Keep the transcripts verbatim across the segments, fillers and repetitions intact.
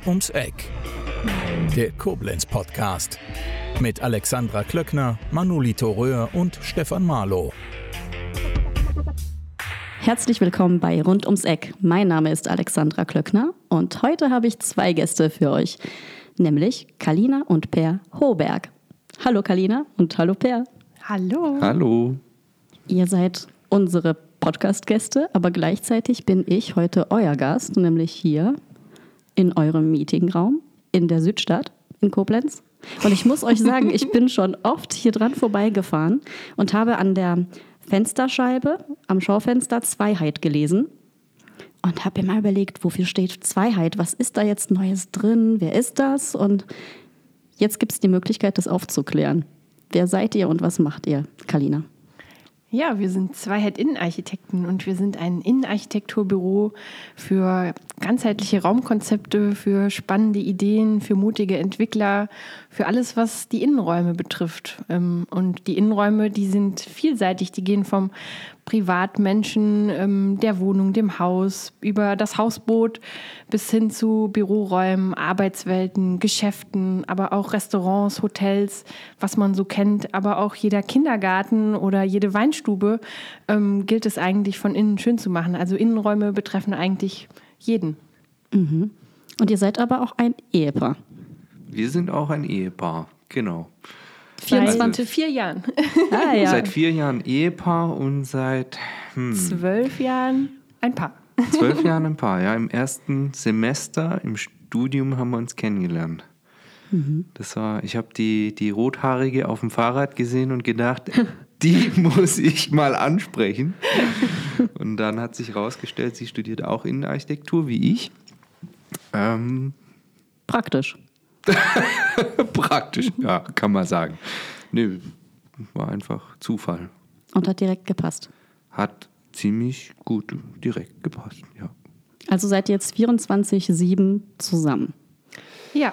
Rund ums Eck. Der Koblenz-Podcast mit Alexandra Klöckner, Manolito Röhr und Stefan Marlow. Herzlich willkommen bei Rund ums Eck. Mein Name ist Alexandra Klöckner und heute habe ich zwei Gäste für euch, nämlich Kalina und Per Hoberg. Hallo Kalina und hallo Per. Hallo. Hallo. Ihr seid unsere Podcast-Gäste, aber gleichzeitig bin ich heute euer Gast, nämlich hier in eurem Meetingraum in der Südstadt in Koblenz. Und ich muss euch sagen, ich bin schon oft hier dran vorbeigefahren und habe an der Fensterscheibe am Schaufenster Zweiheit gelesen und habe immer überlegt, wofür steht Zweiheit? Was ist da jetzt Neues drin? Wer ist das? Und jetzt gibt es die Möglichkeit, das aufzuklären. Wer seid ihr und was macht ihr, Kalina? Ja, wir sind Zweiheit Innenarchitekten und wir sind ein Innenarchitekturbüro für ganzheitliche Raumkonzepte, für spannende Ideen, für mutige Entwickler, für alles, was die Innenräume betrifft. Und die Innenräume, die sind vielseitig, die gehen vom Privatmenschen, der Wohnung, dem Haus, über das Hausboot bis hin zu Büroräumen, Arbeitswelten, Geschäften, aber auch Restaurants, Hotels, was man so kennt, aber auch jeder Kindergarten oder jede Weinstube ähm, gilt es eigentlich von innen schön zu machen. Also Innenräume betreffen eigentlich jeden. Mhm. Und ihr seid aber auch ein Ehepaar. Wir sind auch ein Ehepaar, genau. vierundzwanzig, vier Jahren. Ah, ja. Seit vier Jahren Ehepaar und seit hm, zwölf Jahren ein Paar. Zwölf Jahren ein Paar, ja. Im ersten Semester im Studium haben wir uns kennengelernt. Mhm. Das war, ich habe die, die Rothaarige auf dem Fahrrad gesehen und gedacht, die muss ich mal ansprechen. Und dann hat sich herausgestellt, sie studiert auch Innenarchitektur wie ich. Ähm, Praktisch. Praktisch, ja, kann man sagen. Nee, war einfach Zufall. Und hat direkt gepasst. Hat ziemlich gut direkt gepasst, ja. Also seid ihr jetzt vierundzwanzig sieben zusammen? Ja.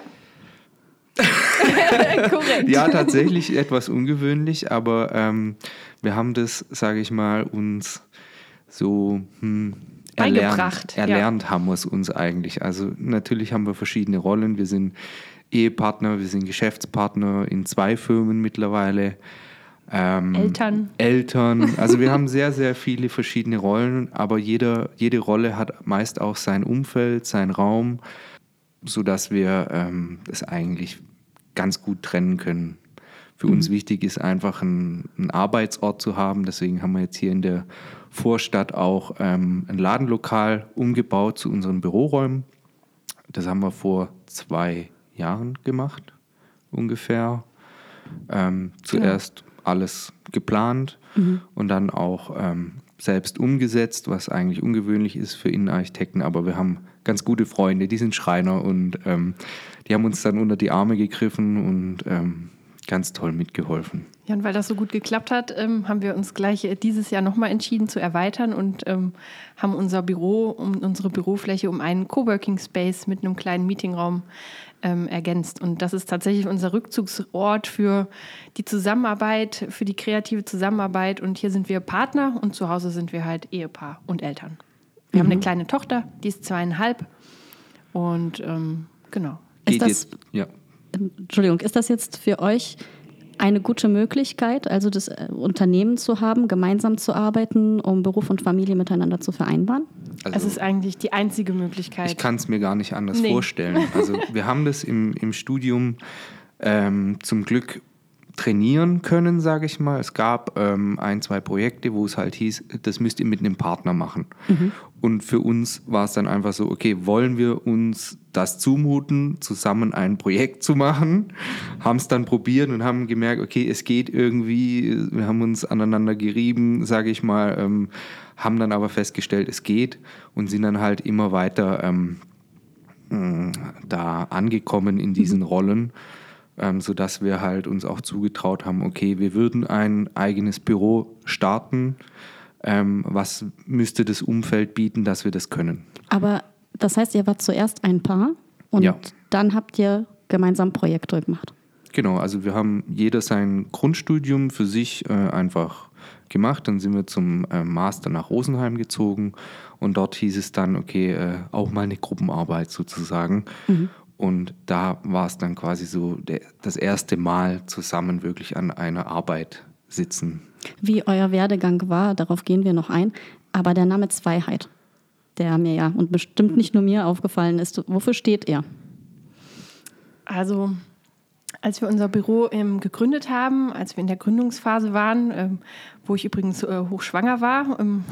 Korrekt. Ja, tatsächlich etwas ungewöhnlich, aber ähm, wir haben das, sage ich mal, uns so hm, erlernt. Erlernt ja. haben wir es uns eigentlich. Also natürlich haben wir verschiedene Rollen. Wir sind Ehepartner, wir sind Geschäftspartner in zwei Firmen mittlerweile. Ähm, Eltern. Eltern. Also wir haben sehr, sehr viele verschiedene Rollen, aber jeder, jede Rolle hat meist auch sein Umfeld, seinen Raum, sodass wir ähm, das eigentlich ganz gut trennen können. Für mhm. uns wichtig ist einfach ein, ein Arbeitsort zu haben. Deswegen haben wir jetzt hier in der Vorstadt auch ähm, ein Ladenlokal umgebaut zu unseren Büroräumen. Das haben wir vor zwei Jahren gemacht, ungefähr. Ähm, zuerst ja. alles geplant mhm. und dann auch ähm, selbst umgesetzt, was eigentlich ungewöhnlich ist für Innenarchitekten. Aber wir haben ganz gute Freunde, die sind Schreiner und ähm, die haben uns dann unter die Arme gegriffen und ähm, ganz toll mitgeholfen. Ja, und weil das so gut geklappt hat, ähm, haben wir uns gleich dieses Jahr nochmal entschieden zu erweitern und ähm, haben unser Büro, um unsere Bürofläche um einen Coworking Space mit einem kleinen Meetingraum ähm, ergänzt. Und das ist tatsächlich unser Rückzugsort für die Zusammenarbeit, für die kreative Zusammenarbeit. Und hier sind wir Partner und zu Hause sind wir halt Ehepaar und Eltern. Wir mhm. haben eine kleine Tochter, die ist zweieinhalb und ähm, genau. Ist das, jetzt, ja. Entschuldigung, ist das jetzt für euch eine gute Möglichkeit, also das Unternehmen zu haben, gemeinsam zu arbeiten, um Beruf und Familie miteinander zu vereinbaren? Also, es ist eigentlich die einzige Möglichkeit. Ich kann es mir gar nicht anders nee. vorstellen. Also wir haben das im, im Studium ähm, zum Glück trainieren können, sage ich mal. Es gab ähm, ein, zwei Projekte, wo es halt hieß, das müsst ihr mit einem Partner machen. Mhm. Und für uns war es dann einfach so, okay, wollen wir uns das zumuten, zusammen ein Projekt zu machen? Haben es dann probiert und haben gemerkt, okay, es geht irgendwie, wir haben uns aneinander gerieben, sage ich mal, ähm, haben dann aber festgestellt, es geht und sind dann halt immer weiter ähm, äh, da angekommen in diesen mhm. Rollen. Ähm, sodass wir halt uns auch zugetraut haben, okay, wir würden ein eigenes Büro starten. Ähm, was müsste das Umfeld bieten, dass wir das können? Aber das heißt, ihr wart zuerst ein Paar und ja. dann habt ihr gemeinsam Projekte gemacht? Genau, also wir haben jeder sein Grundstudium für sich äh, einfach gemacht. Dann sind wir zum äh, Master nach Rosenheim gezogen und dort hieß es dann, okay, äh, auch mal eine Gruppenarbeit sozusagen. Mhm. Und da war es dann quasi so der, das erste Mal zusammen wirklich an einer Arbeit sitzen. Wie euer Werdegang war, darauf gehen wir noch ein. Aber der Name Zweiheit, der mir ja und bestimmt nicht nur mir aufgefallen ist, wofür steht er? Also als wir unser Büro ähm, gegründet haben, als wir in der Gründungsphase waren, ähm, wo ich übrigens äh, hochschwanger war, ähm,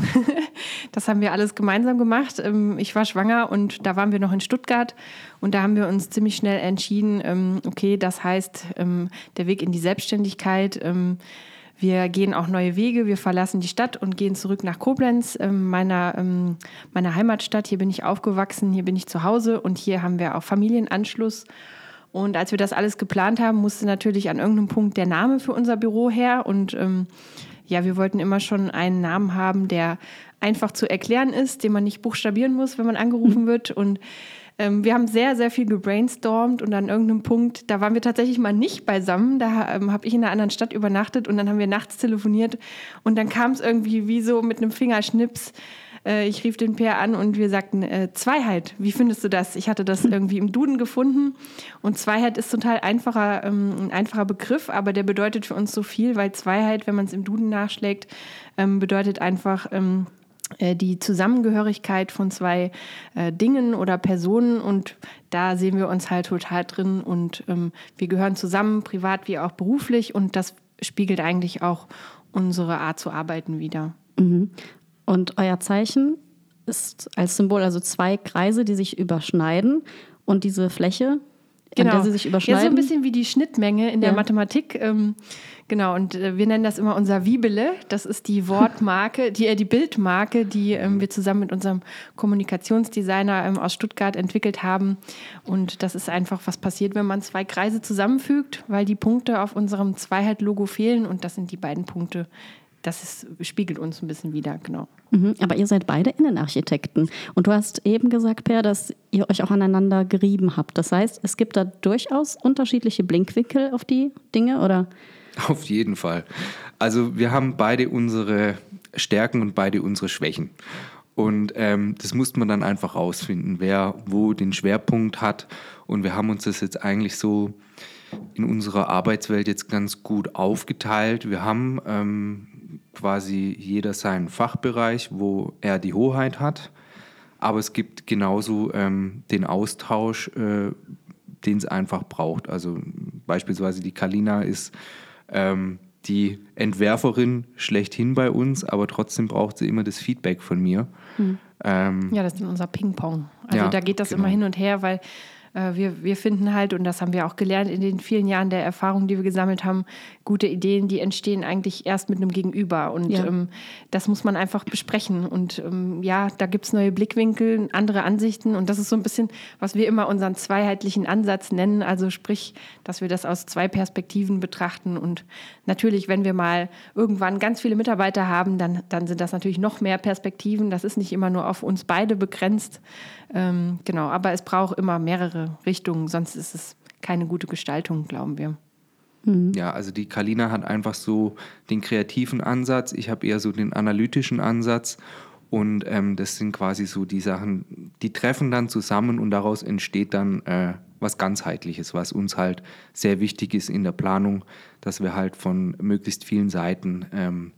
das haben wir alles gemeinsam gemacht. Ähm, ich war schwanger und da waren wir noch in Stuttgart und da haben wir uns ziemlich schnell entschieden, ähm, okay, das heißt, ähm, der Weg in die Selbstständigkeit, ähm, wir gehen auch neue Wege, wir verlassen die Stadt und gehen zurück nach Koblenz, ähm, meiner, ähm, meiner Heimatstadt. Hier bin ich aufgewachsen, hier bin ich zu Hause und hier haben wir auch Familienanschluss. Und als wir das alles geplant haben, musste natürlich an irgendeinem Punkt der Name für unser Büro her. Und ähm, ja, wir wollten immer schon einen Namen haben, der einfach zu erklären ist, den man nicht buchstabieren muss, wenn man angerufen wird. Und ähm, wir haben sehr, sehr viel gebrainstormt und an irgendeinem Punkt, da waren wir tatsächlich mal nicht beisammen. Da ähm, habe ich in einer anderen Stadt übernachtet und dann haben wir nachts telefoniert. Und dann kam es irgendwie wie so mit einem Fingerschnips. Ich rief den Peer an und wir sagten, äh, Zweiheit, wie findest du das? Ich hatte das irgendwie im Duden gefunden und Zweiheit ist total einfacher, ähm, ein einfacher Begriff, aber der bedeutet für uns so viel, weil Zweiheit, wenn man es im Duden nachschlägt, ähm, bedeutet einfach ähm, äh, die Zusammengehörigkeit von zwei äh, Dingen oder Personen und da sehen wir uns halt total drin und ähm, wir gehören zusammen, privat wie auch beruflich und das spiegelt eigentlich auch unsere Art zu arbeiten wider. Mhm. Und euer Zeichen ist als Symbol, also zwei Kreise, die sich überschneiden und diese Fläche, genau. an der sie sich überschneiden. Ja, so ein bisschen wie die Schnittmenge in der ja. Mathematik. Ähm, genau, und äh, wir nennen das immer unser Wiebele. Das ist die Wortmarke, die, äh, die Bildmarke, die ähm, wir zusammen mit unserem Kommunikationsdesigner ähm, aus Stuttgart entwickelt haben. Und das ist einfach, was passiert, wenn man zwei Kreise zusammenfügt, weil die Punkte auf unserem Zweiheit-Logo fehlen. Und das sind die beiden Punkte. Das ist, spiegelt uns ein bisschen wider, genau. Mhm, aber ihr seid beide Innenarchitekten. Und du hast eben gesagt, Per, dass ihr euch auch aneinander gerieben habt. Das heißt, es gibt da durchaus unterschiedliche Blickwinkel auf die Dinge, oder? Auf jeden Fall. Also wir haben beide unsere Stärken und beide unsere Schwächen. Und ähm, das musste man dann einfach rausfinden, wer wo den Schwerpunkt hat. Und wir haben uns das jetzt eigentlich so in unserer Arbeitswelt jetzt ganz gut aufgeteilt. Wir haben ähm, quasi jeder seinen Fachbereich, wo er die Hoheit hat. Aber es gibt genauso ähm, den Austausch, äh, den es einfach braucht. Also beispielsweise die Kalina ist ähm, die Entwerferin schlechthin bei uns, aber trotzdem braucht sie immer das Feedback von mir. Hm. Ähm, ja, das ist unser Ping-Pong. Also ja, da geht das genau. immer hin und her, weil äh, wir, wir finden halt, und das haben wir auch gelernt in den vielen Jahren der Erfahrung, die wir gesammelt haben, gute Ideen, die entstehen eigentlich erst mit einem Gegenüber. Und ja. ähm, das muss man einfach besprechen. Und ähm, ja, da gibt es neue Blickwinkel, andere Ansichten. Und das ist so ein bisschen, was wir immer unseren zweiheitlichen Ansatz nennen. Also sprich, dass wir das aus zwei Perspektiven betrachten. Und natürlich, wenn wir mal irgendwann ganz viele Mitarbeiter haben, dann, dann sind das natürlich noch mehr Perspektiven. Das ist nicht immer nur auf uns beide begrenzt. Ähm, genau, aber es braucht immer mehrere Richtungen, sonst ist es keine gute Gestaltung, glauben wir. Mhm. Ja, also die Kalina hat einfach so den kreativen Ansatz, ich habe eher so den analytischen Ansatz und ähm, das sind quasi so die Sachen, die treffen dann zusammen und daraus entsteht dann äh, was Ganzheitliches, was uns halt sehr wichtig ist in der Planung, dass wir halt von möglichst vielen Seiten ähm,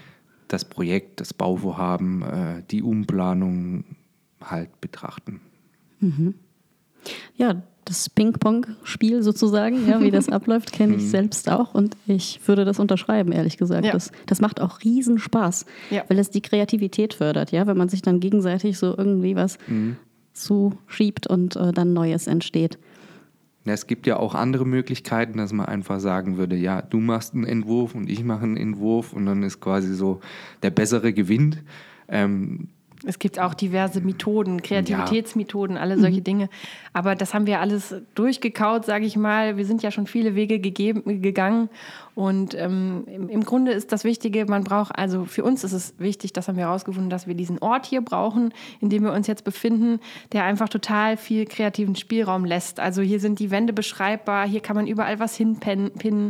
das Projekt, das Bauvorhaben, äh, die Umplanung halt betrachten. Mhm. Ja, das Ping-Pong-Spiel sozusagen, ja, wie das abläuft, kenne ich selbst auch und ich würde das unterschreiben, ehrlich gesagt. Ja. Das, das macht auch riesen Spaß, Ja. weil es die Kreativität fördert, ja, wenn man sich dann gegenseitig so irgendwie was Mhm. zuschiebt und äh, dann Neues entsteht. Ja, es gibt ja auch andere Möglichkeiten, dass man einfach sagen würde, ja, du machst einen Entwurf und ich mache einen Entwurf und dann ist quasi so der bessere gewinnt. Ähm, Es gibt auch diverse Methoden, Kreativitätsmethoden, alle solche Dinge. Aber das haben wir alles durchgekaut, sage ich mal. Wir sind ja schon viele Wege gegeben, gegangen. Und ähm, im, im Grunde ist das Wichtige, man braucht, also für uns ist es wichtig, das haben wir herausgefunden, dass wir diesen Ort hier brauchen, in dem wir uns jetzt befinden, der einfach total viel kreativen Spielraum lässt. Also hier sind die Wände beschreibbar, hier kann man überall was hinpinnen.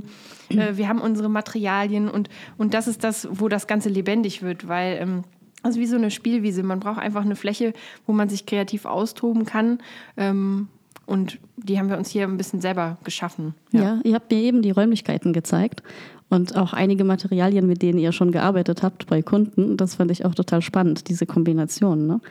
Äh, wir haben unsere Materialien und, und das ist das, wo das Ganze lebendig wird, weil ähm, also wie so eine Spielwiese. Man braucht einfach eine Fläche, wo man sich kreativ austoben kann. Ähm, Und die haben wir uns hier ein bisschen selber geschaffen. Ja, ja, ihr habt mir eben die Räumlichkeiten gezeigt und auch einige Materialien, mit denen ihr schon gearbeitet habt bei Kunden. Das fand ich auch total spannend, diese Kombination, ne?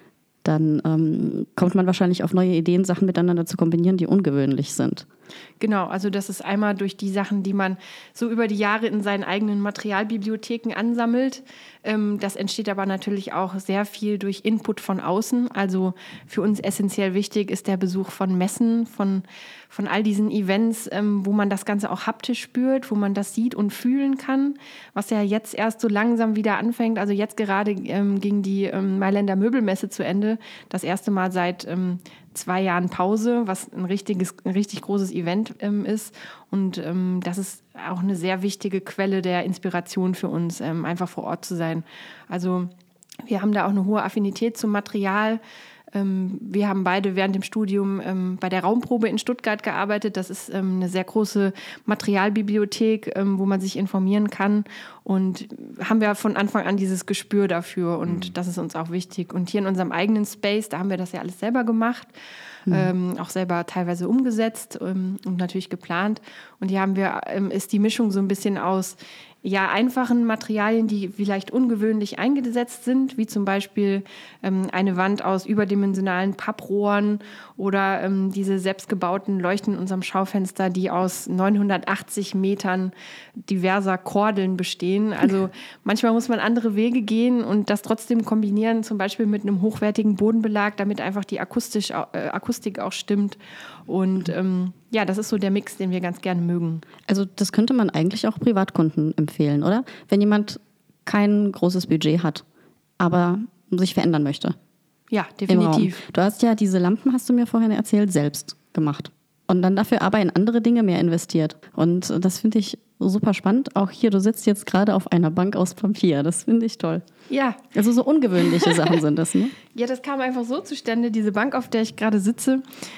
Dann ähm, kommt man wahrscheinlich auf neue Ideen, Sachen miteinander zu kombinieren, die ungewöhnlich sind. Genau, also das ist einmal durch die Sachen, die man so über die Jahre in seinen eigenen Materialbibliotheken ansammelt. Ähm, das entsteht aber natürlich auch sehr viel durch Input von außen. Also für uns essentiell wichtig ist der Besuch von Messen, von, von all diesen Events, ähm, wo man das Ganze auch haptisch spürt, wo man das sieht und fühlen kann, was ja jetzt erst so langsam wieder anfängt. Also jetzt gerade ähm, ging die ähm, Mailänder Möbelmesse zu Ende, das erste Mal seit ähm, zwei Jahren Pause, was ein richtiges, ein richtig großes Event ähm, ist. Und ähm, das ist auch eine sehr wichtige Quelle der Inspiration für uns, ähm, einfach vor Ort zu sein. Also wir haben da auch eine hohe Affinität zum Material. Ähm, wir haben beide während dem Studium ähm, bei der Raumprobe in Stuttgart gearbeitet. Das ist ähm, eine sehr große Materialbibliothek, ähm, wo man sich informieren kann. Und haben wir von Anfang an dieses Gespür dafür. Und mhm. das ist uns auch wichtig. Und hier in unserem eigenen Space, da haben wir das ja alles selber gemacht. Mhm. Ähm, auch selber teilweise umgesetzt ähm, und natürlich geplant. Und hier haben wir, ähm, ist die Mischung so ein bisschen aus ja, einfachen Materialien, die vielleicht ungewöhnlich eingesetzt sind, wie zum Beispiel ähm, eine Wand aus überdimensionalen Papprohren oder ähm, diese selbstgebauten Leuchten in unserem Schaufenster, die aus neunhundertachtzig Metern diverser Kordeln bestehen. Also manchmal muss man andere Wege gehen und das trotzdem kombinieren, zum Beispiel mit einem hochwertigen Bodenbelag, damit einfach die akustisch, äh, Akustik auch stimmt. Und ähm, ja, das ist so der Mix, den wir ganz gerne mögen. Also das könnte man eigentlich auch Privatkunden empfehlen, oder? Wenn jemand kein großes Budget hat, aber sich verändern möchte. Ja, definitiv. Du hast ja diese Lampen, hast du mir vorhin erzählt, selbst gemacht. Und dann dafür aber in andere Dinge mehr investiert. Und das finde ich super spannend. Auch hier, du sitzt jetzt gerade auf einer Bank aus Papier. Das finde ich toll. Ja. Also so ungewöhnliche Sachen sind das, ne? Ja, das kam einfach so zustande. Diese Bank, auf der ich gerade sitze,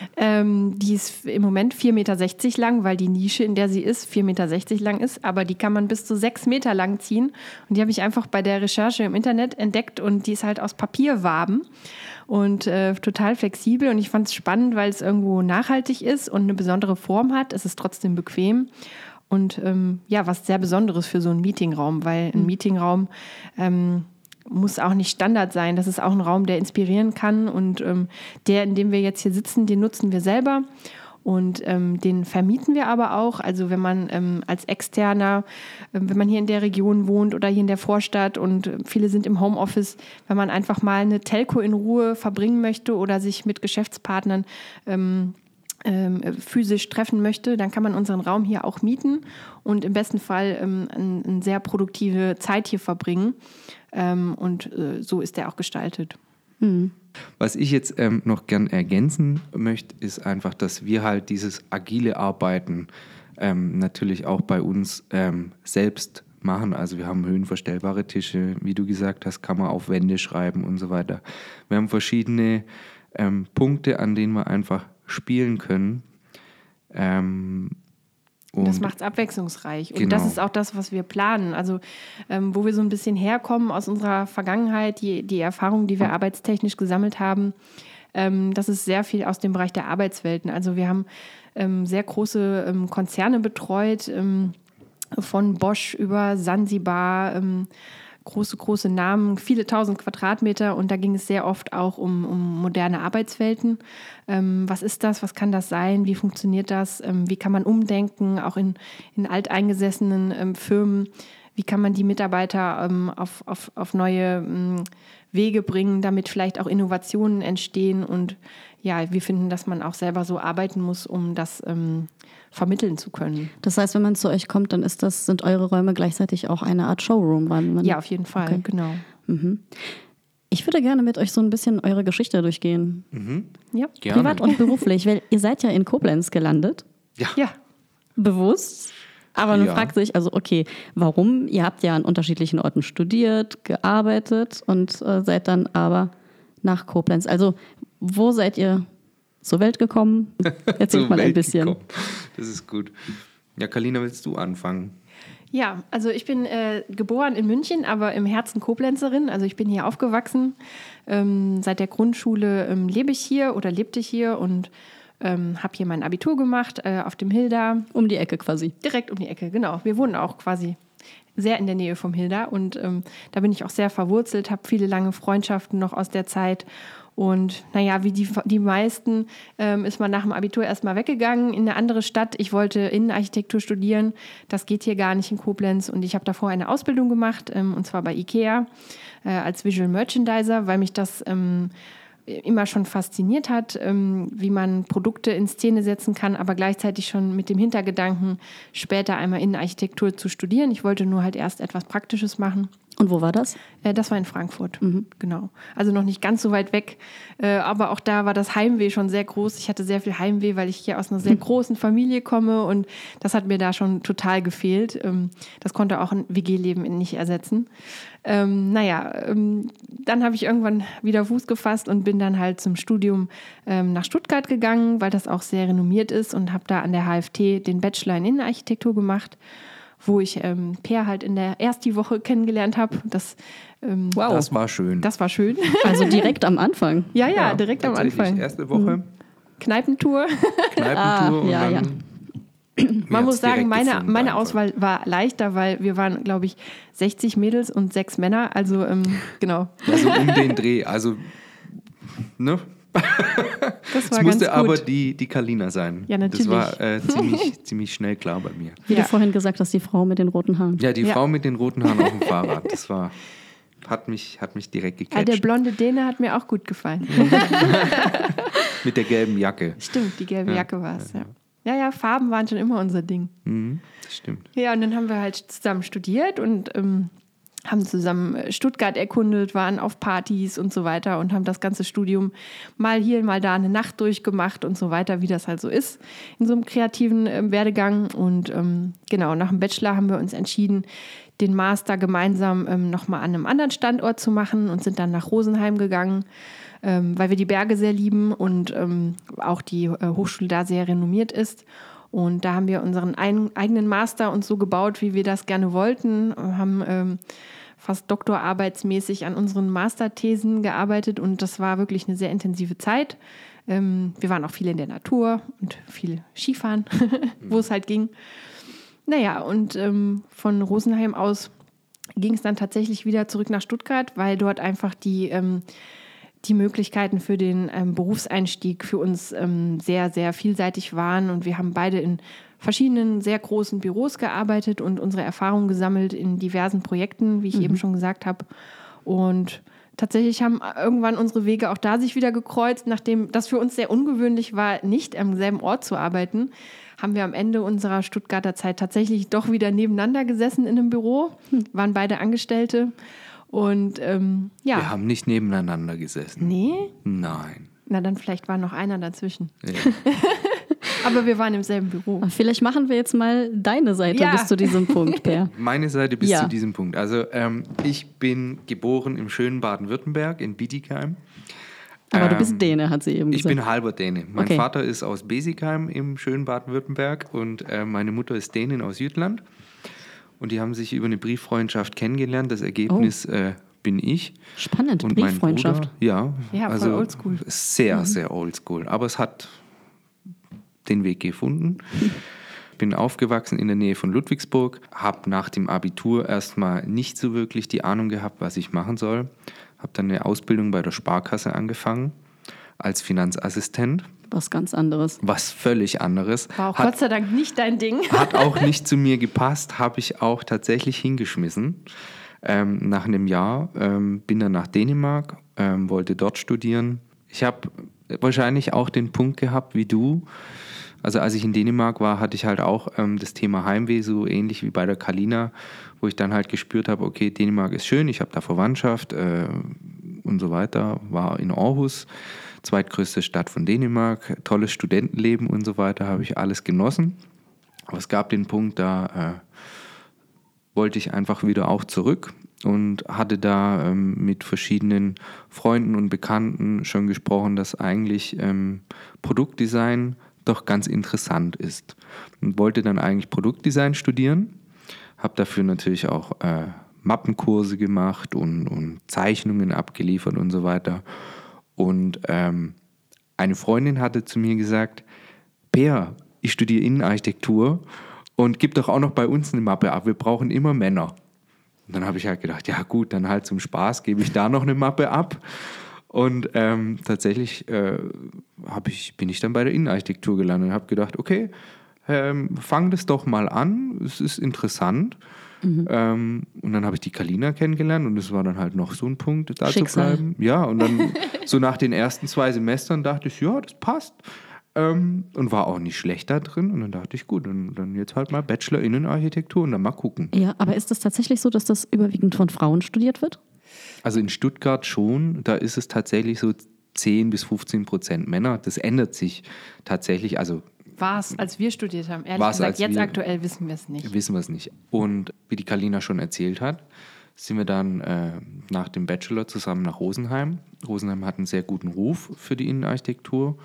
ähm, die ist im Moment vier Meter sechzig lang, weil die Nische, in der sie ist, vier Meter sechzig lang ist. Aber die kann man bis zu sechs Meter lang ziehen. Und die habe ich einfach bei der Recherche im Internet entdeckt. Und die ist halt aus Papierwaben und äh, total flexibel. Und ich fand es spannend, weil es irgendwo nachhaltig ist und eine besondere Form hat. Es ist trotzdem bequem. Und ähm, ja, was sehr Besonderes für so einen Meetingraum, weil ein Meetingraum ähm, muss auch nicht Standard sein. Das ist auch ein Raum, der inspirieren kann. Und ähm, der, in dem wir jetzt hier sitzen, den nutzen wir selber. Und ähm, den vermieten wir aber auch. Also wenn man ähm, als Externer, äh, wenn man hier in der Region wohnt oder hier in der Vorstadt und äh, viele sind im Homeoffice, wenn man einfach mal eine Telco in Ruhe verbringen möchte oder sich mit Geschäftspartnern ähm, ähm, physisch treffen möchte, dann kann man unseren Raum hier auch mieten und im besten Fall ähm, eine, eine sehr produktive Zeit hier verbringen. Ähm, und äh, so ist der auch gestaltet. Mhm. Was ich jetzt ähm, noch gern ergänzen möchte, ist einfach, dass wir halt dieses agile Arbeiten ähm, natürlich auch bei uns ähm, selbst machen. Also wir haben höhenverstellbare Tische, wie du gesagt hast, kann man auf Wände schreiben und so weiter. Wir haben verschiedene ähm, Punkte, an denen wir einfach spielen können. Ähm, Und das macht es abwechslungsreich. Und genau. Das ist auch das, was wir planen. Also ähm, wo wir so ein bisschen herkommen aus unserer Vergangenheit, die, die Erfahrungen, die wir arbeitstechnisch gesammelt haben, ähm, das ist sehr viel aus dem Bereich der Arbeitswelten. Also wir haben ähm, sehr große ähm, Konzerne betreut, ähm, von Bosch über Sansibar, ähm, große, große Namen, viele tausend Quadratmeter. Und da ging es sehr oft auch um, um moderne Arbeitswelten. Ähm, was ist das? Was kann das sein? Wie funktioniert das? Ähm, wie kann man umdenken, auch in, in alteingesessenen ähm, Firmen? Wie kann man die Mitarbeiter ähm, auf, auf, auf neue ähm, Wege bringen, damit vielleicht auch Innovationen entstehen? Und ja, wir finden, dass man auch selber so arbeiten muss, um das ähm, vermitteln zu können. Das heißt, wenn man zu euch kommt, dann ist das, sind eure Räume gleichzeitig auch eine Art Showroom? Weil man ja, auf jeden Fall, okay. Genau. Mhm. Ich würde gerne mit euch so ein bisschen eure Geschichte durchgehen. Mhm. Ja, gerne. Privat und beruflich, weil ihr seid ja in Koblenz gelandet. Ja. Ja. Bewusst. Aber man Ja. fragt sich, also okay, warum? Ihr habt ja an unterschiedlichen Orten studiert, gearbeitet und äh, seid dann aber nach Koblenz. Also wo seid ihr zur Welt gekommen? Erzählt Zur mal ein Welt bisschen. gekommen. Das ist gut. Ja, Kalina, willst du anfangen? Ja, also ich bin äh, geboren in München, aber im Herzen Koblenzerin. Also ich bin hier aufgewachsen. Ähm, seit der Grundschule ähm, lebe ich hier oder lebte ich hier und Ähm, habe hier mein Abitur gemacht äh, auf dem Hilda. Um die Ecke quasi. Direkt um die Ecke, genau. Wir wohnen auch quasi sehr in der Nähe vom Hilda und ähm, da bin ich auch sehr verwurzelt, habe viele lange Freundschaften noch aus der Zeit. Und naja, wie die, die meisten ähm, ist man nach dem Abitur erstmal weggegangen in eine andere Stadt. Ich wollte Innenarchitektur studieren. Das geht hier gar nicht in Koblenz. Und ich habe davor eine Ausbildung gemacht, ähm, und zwar bei IKEA äh, als Visual Merchandiser, weil mich das ähm, immer schon fasziniert hat, ähm, wie man Produkte in Szene setzen kann, aber gleichzeitig schon mit dem Hintergedanken, später einmal Innenarchitektur zu studieren. Ich wollte nur halt erst etwas Praktisches machen. Und wo war das? Äh, das war in Frankfurt, mhm. genau. Also noch nicht ganz so weit weg, äh, aber auch da war das Heimweh schon sehr groß. Ich hatte sehr viel Heimweh, weil ich hier aus einer sehr großen Familie komme und das hat mir da schon total gefehlt. Ähm, das konnte auch ein W G-Leben nicht ersetzen. Ähm, naja, ähm, dann habe ich irgendwann wieder Fuß gefasst und bin dann halt zum Studium ähm, nach Stuttgart gegangen, weil das auch sehr renommiert ist und habe da an der H F T den Bachelor in Innenarchitektur gemacht, wo ich ähm, Per halt in der ersten Woche kennengelernt habe. Das, ähm, wow. Das war schön. Das war schön. Also direkt am Anfang. Ja, ja, ja, direkt am Anfang. Erste Woche. Mhm. Kneipentour. Kneipentour ah, und ja, dann... Ja. Man muss sagen, meine, gefunden, meine einfach. Auswahl war leichter, weil wir waren, glaube ich, sechzig Mädels und sechs Männer. Also, ähm, genau. Also um den Dreh. Also, ne? Das war es musste ganz gut. aber die, die Kalina sein. Ja, natürlich. Das war äh, ziemlich, ziemlich schnell klar bei mir. Wie ja. du vorhin gesagt hast, die Frau mit den roten Haaren. Ja, die ja. Frau mit den roten Haaren auf dem Fahrrad. Das war, hat mich, hat mich direkt Ja, gecatcht. der blonde Däne hat mir auch gut gefallen. Mit der gelben Jacke. Stimmt, die gelbe Ja. Jacke war es, Ja. ja. Ja, ja, Farben waren schon immer unser Ding. Mhm, das stimmt. Ja, und dann haben wir halt zusammen studiert und ähm, haben zusammen Stuttgart erkundet, waren auf Partys und so weiter und haben das ganze Studium mal hier, mal da eine Nacht durchgemacht und so weiter, wie das halt so ist in so einem kreativen äh, Werdegang. Und ähm, genau, nach dem Bachelor haben wir uns entschieden, den Master gemeinsam ähm, nochmal an einem anderen Standort zu machen und sind dann nach Rosenheim gegangen, ähm, weil wir die Berge sehr lieben und ähm, auch die äh, Hochschule da sehr renommiert ist. Und da haben wir unseren ein, eigenen Master uns so gebaut, wie wir das gerne wollten, haben ähm, fast doktorarbeitsmäßig an unseren Masterthesen gearbeitet und das war wirklich eine sehr intensive Zeit. Ähm, wir waren auch viel in der Natur und viel Skifahren, wo es halt ging. Naja, und ähm, von Rosenheim aus ging es dann tatsächlich wieder zurück nach Stuttgart, weil dort einfach die, ähm, die Möglichkeiten für den ähm, Berufseinstieg für uns ähm, sehr, sehr vielseitig waren. Und wir haben beide in verschiedenen sehr großen Büros gearbeitet und unsere Erfahrungen gesammelt in diversen Projekten, wie ich mhm. eben schon gesagt habe. Und tatsächlich haben irgendwann unsere Wege auch da sich wieder gekreuzt, nachdem das für uns sehr ungewöhnlich war, nicht am selben Ort zu arbeiten, haben wir am Ende unserer Stuttgarter Zeit tatsächlich doch wieder nebeneinander gesessen in einem Büro, waren beide Angestellte und ähm, ja. Wir haben nicht nebeneinander gesessen. Nee? Nein. Na, dann vielleicht war noch einer dazwischen. Ja. Aber wir waren im selben Büro. Ach, vielleicht machen wir jetzt mal deine Seite Ja. bis zu diesem Punkt, Per. Meine Seite bis Ja. zu diesem Punkt. Also ähm, ich bin geboren im schönen Baden-Württemberg in Bietigheim. Aber du Ähm, bist Däne, hat sie eben Ich gesagt. bin halber Däne. Mein Okay. Vater ist aus Besigheim im schönen Baden-Württemberg und äh, meine Mutter ist Dänin aus Jütland. Und die haben sich über eine Brieffreundschaft kennengelernt. Das Ergebnis Oh. äh, bin ich. Spannend, Und mein Brieffreundschaft. Bruder, ja, Ja, voll also oldschool. sehr, sehr oldschool. Aber es hat den Weg gefunden. Bin aufgewachsen in der Nähe von Ludwigsburg, habe nach dem Abitur erstmal nicht so wirklich die Ahnung gehabt, was ich machen soll. Habe dann eine Ausbildung bei der Sparkasse angefangen als Finanzassistent, Was ganz anderes. was völlig anderes. War auch Hat, Gott sei Dank nicht dein Ding. hat auch nicht zu mir gepasst, habe ich auch tatsächlich hingeschmissen. Ähm, nach einem Jahr ähm, bin dann nach Dänemark, ähm, wollte dort studieren. Ich habe wahrscheinlich auch den Punkt gehabt wie du. Also als ich in Dänemark war, hatte ich halt auch ähm, das Thema Heimweh, so ähnlich wie bei der Kalina, wo ich dann halt gespürt habe, okay, Dänemark ist schön, ich habe da Verwandtschaft äh, und so weiter. War in Aarhus, zweitgrößte Stadt von Dänemark, tolles Studentenleben und so weiter, habe ich alles genossen. Aber es gab den Punkt, da äh, wollte ich einfach wieder auch zurück und hatte da ähm, mit verschiedenen Freunden und Bekannten schon gesprochen, dass eigentlich ähm, Produktdesign doch ganz interessant ist. Und wollte dann eigentlich Produktdesign studieren, habe dafür natürlich auch äh, Mappenkurse gemacht und, und Zeichnungen abgeliefert und so weiter. Und ähm, eine Freundin hatte zu mir gesagt, Peer, ich studiere Innenarchitektur und gib doch auch noch bei uns eine Mappe ab, wir brauchen immer Männer. Und dann habe ich halt gedacht, ja gut, dann halt zum Spaß gebe ich da noch eine Mappe ab. Und ähm, tatsächlich äh, hab ich, bin ich dann bei der Innenarchitektur gelandet und habe gedacht, okay, ähm, fang das doch mal an, es ist interessant. Mhm. Ähm, und dann habe ich die Kalina kennengelernt und das war dann halt noch so ein Punkt, da Schicksal. zu bleiben. Ja, und dann so nach den ersten zwei Semestern dachte ich, ja, das passt. Ähm, und war auch nicht schlecht da drin. Und dann dachte ich, gut, dann, dann jetzt halt mal Bachelor Innenarchitektur und dann mal gucken. Ja, aber ist das tatsächlich so, dass das überwiegend von Frauen studiert wird? Also in Stuttgart schon, da ist es tatsächlich so zehn bis fünfzehn Prozent Männer. Das ändert sich tatsächlich, also war es, als wir studiert haben. Ehrlich War's, gesagt, jetzt wir, aktuell wissen wir es nicht. Wissen wir es nicht. Und wie die Kalina schon erzählt hat, sind wir dann äh, nach dem Bachelor zusammen nach Rosenheim. Rosenheim hat einen sehr guten Ruf für die Innenarchitektur.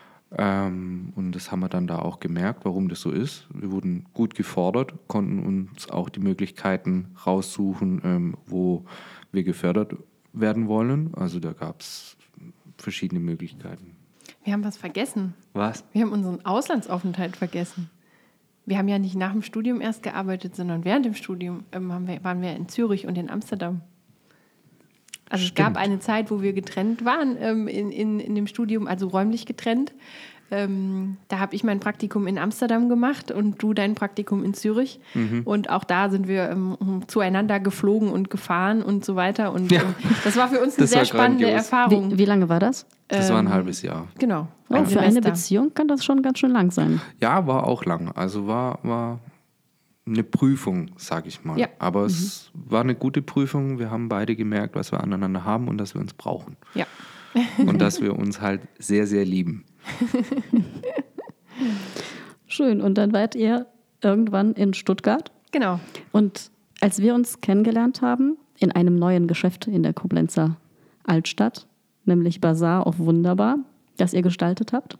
Ähm, und das haben wir dann da auch gemerkt, warum das so ist. Wir wurden gut gefordert, konnten uns auch die Möglichkeiten raussuchen, ähm, wo wir gefördert werden wollen. Also da gab es verschiedene Möglichkeiten. Wir haben was vergessen. Was? Wir haben unseren Auslandsaufenthalt vergessen. Wir haben ja nicht nach dem Studium erst gearbeitet, sondern während dem Studium ähm, haben wir, waren wir in Zürich und in Amsterdam. Also Stimmt. Es gab eine Zeit, wo wir getrennt waren ähm, in, in, in dem Studium, also räumlich getrennt. Ähm, da habe ich mein Praktikum in Amsterdam gemacht und du dein Praktikum in Zürich. Mhm. Und auch da sind wir ähm, zueinander geflogen und gefahren und so weiter. Und ja. ähm, das war für uns eine sehr spannende grandios. Erfahrung. Wie, wie lange war das? Das ähm, war ein halbes Jahr. Genau. Oh, ein für eine Beziehung kann das schon ganz schön lang sein. Ja, war auch lang. Also war, war eine Prüfung, sage ich mal. Ja. Aber mhm. es war eine gute Prüfung. Wir haben beide gemerkt, was wir aneinander haben und dass wir uns brauchen. Ja. Und dass wir uns halt sehr, sehr lieben. Schön. Und dann wart ihr irgendwann in Stuttgart. Genau. Und als wir uns kennengelernt haben, in einem neuen Geschäft in der Koblenzer Altstadt, nämlich Bazar auf Wunderbar, das ihr gestaltet habt,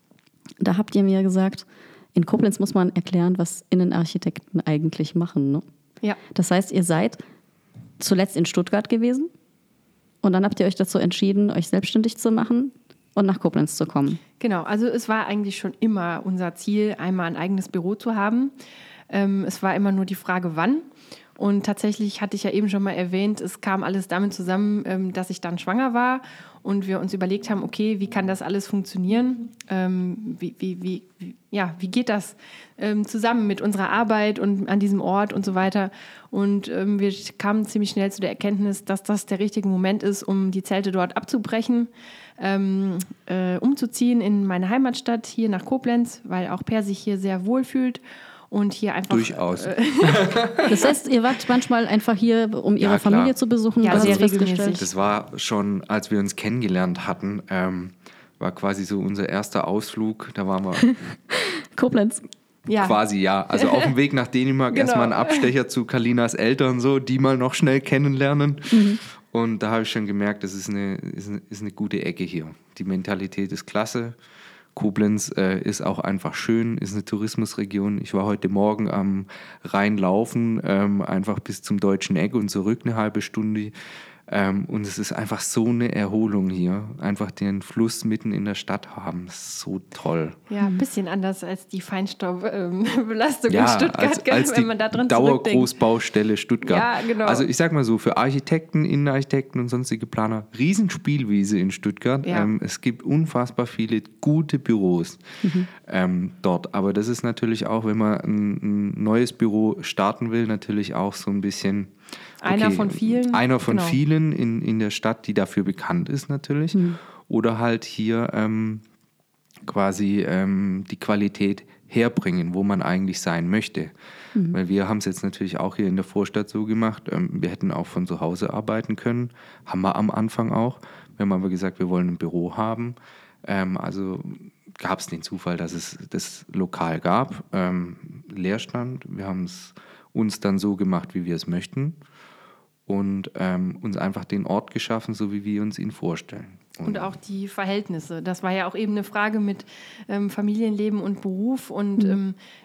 da habt ihr mir gesagt, in Koblenz muss man erklären, was Innenarchitekten eigentlich machen. Ne? Ja. Das heißt, ihr seid zuletzt in Stuttgart gewesen und dann habt ihr euch dazu entschieden, euch selbstständig zu machen und nach Koblenz zu kommen. Genau, also es war eigentlich schon immer unser Ziel, einmal ein eigenes Büro zu haben. Ähm, es war immer nur die Frage, wann. Und tatsächlich hatte ich ja eben schon mal erwähnt, es kam alles damit zusammen, ähm, dass ich dann schwanger war und wir uns überlegt haben, okay, wie kann das alles funktionieren? Ähm, wie, wie, wie, wie, ja, wie geht das ähm, zusammen mit unserer Arbeit und an diesem Ort und so weiter? Und ähm, wir kamen ziemlich schnell zu der Erkenntnis, dass das der richtige Moment ist, um die Zelte dort abzubrechen, ähm, äh, umzuziehen in meine Heimatstadt, hier nach Koblenz, weil auch Per sich hier sehr wohl fühlt. Und hier einfach. Durchaus. Äh, das heißt, ihr wart manchmal einfach hier, um ihre ja, Familie zu besuchen? Ja, sehr regelmäßig. Das war schon, als wir uns kennengelernt hatten, ähm, war quasi so unser erster Ausflug. Da waren wir. Koblenz. Ja. Quasi, ja. Also auf dem Weg nach Dänemark genau. erstmal einen Abstecher zu Kalinas Eltern, so, die mal noch schnell kennenlernen. Mhm. Und da habe ich schon gemerkt, das ist eine, ist eine, ist eine gute Ecke hier. Die Mentalität ist klasse. Koblenz äh, ist auch einfach schön, ist eine Tourismusregion. Ich war heute Morgen am Rhein laufen, ähm, einfach bis zum Deutschen Eck und zurück eine halbe Stunde. Ähm, und es ist einfach so eine Erholung hier. Einfach den Fluss mitten in der Stadt haben. Das ist so toll. Ja, ein bisschen anders als die Feinstaubbelastung ähm, ja, in Stuttgart, als, als wenn man da drin Dauergroßbaustelle Stuttgart. Ja, genau. Also ich sag mal so, für Architekten, Innenarchitekten und sonstige Planer, Riesenspielwiese in Stuttgart. Ja. Ähm, es gibt unfassbar viele gute Büros mhm. ähm, dort. Aber das ist natürlich auch, wenn man ein, ein neues Büro starten will, natürlich auch so ein bisschen... Okay, einer von vielen. Einer von genau. vielen in, in der Stadt, die dafür bekannt ist natürlich. Mhm. Oder halt hier ähm, quasi ähm, die Qualität herbringen, wo man eigentlich sein möchte. Mhm. Weil wir haben es jetzt natürlich auch hier in der Vorstadt so gemacht. Ähm, wir hätten auch von zu Hause arbeiten können. Haben wir am Anfang auch. Wir haben aber gesagt, wir wollen ein Büro haben. Ähm, also gab es den Zufall, dass es das Lokal gab. Ähm, Leerstand. Wir haben es uns dann so gemacht, wie wir es möchten. Und ähm, uns einfach den Ort geschaffen, so wie wir uns ihn vorstellen. Und, und auch die Verhältnisse. Das war ja auch eben eine Frage mit ähm, Familienleben und Beruf. Und mhm. ähm,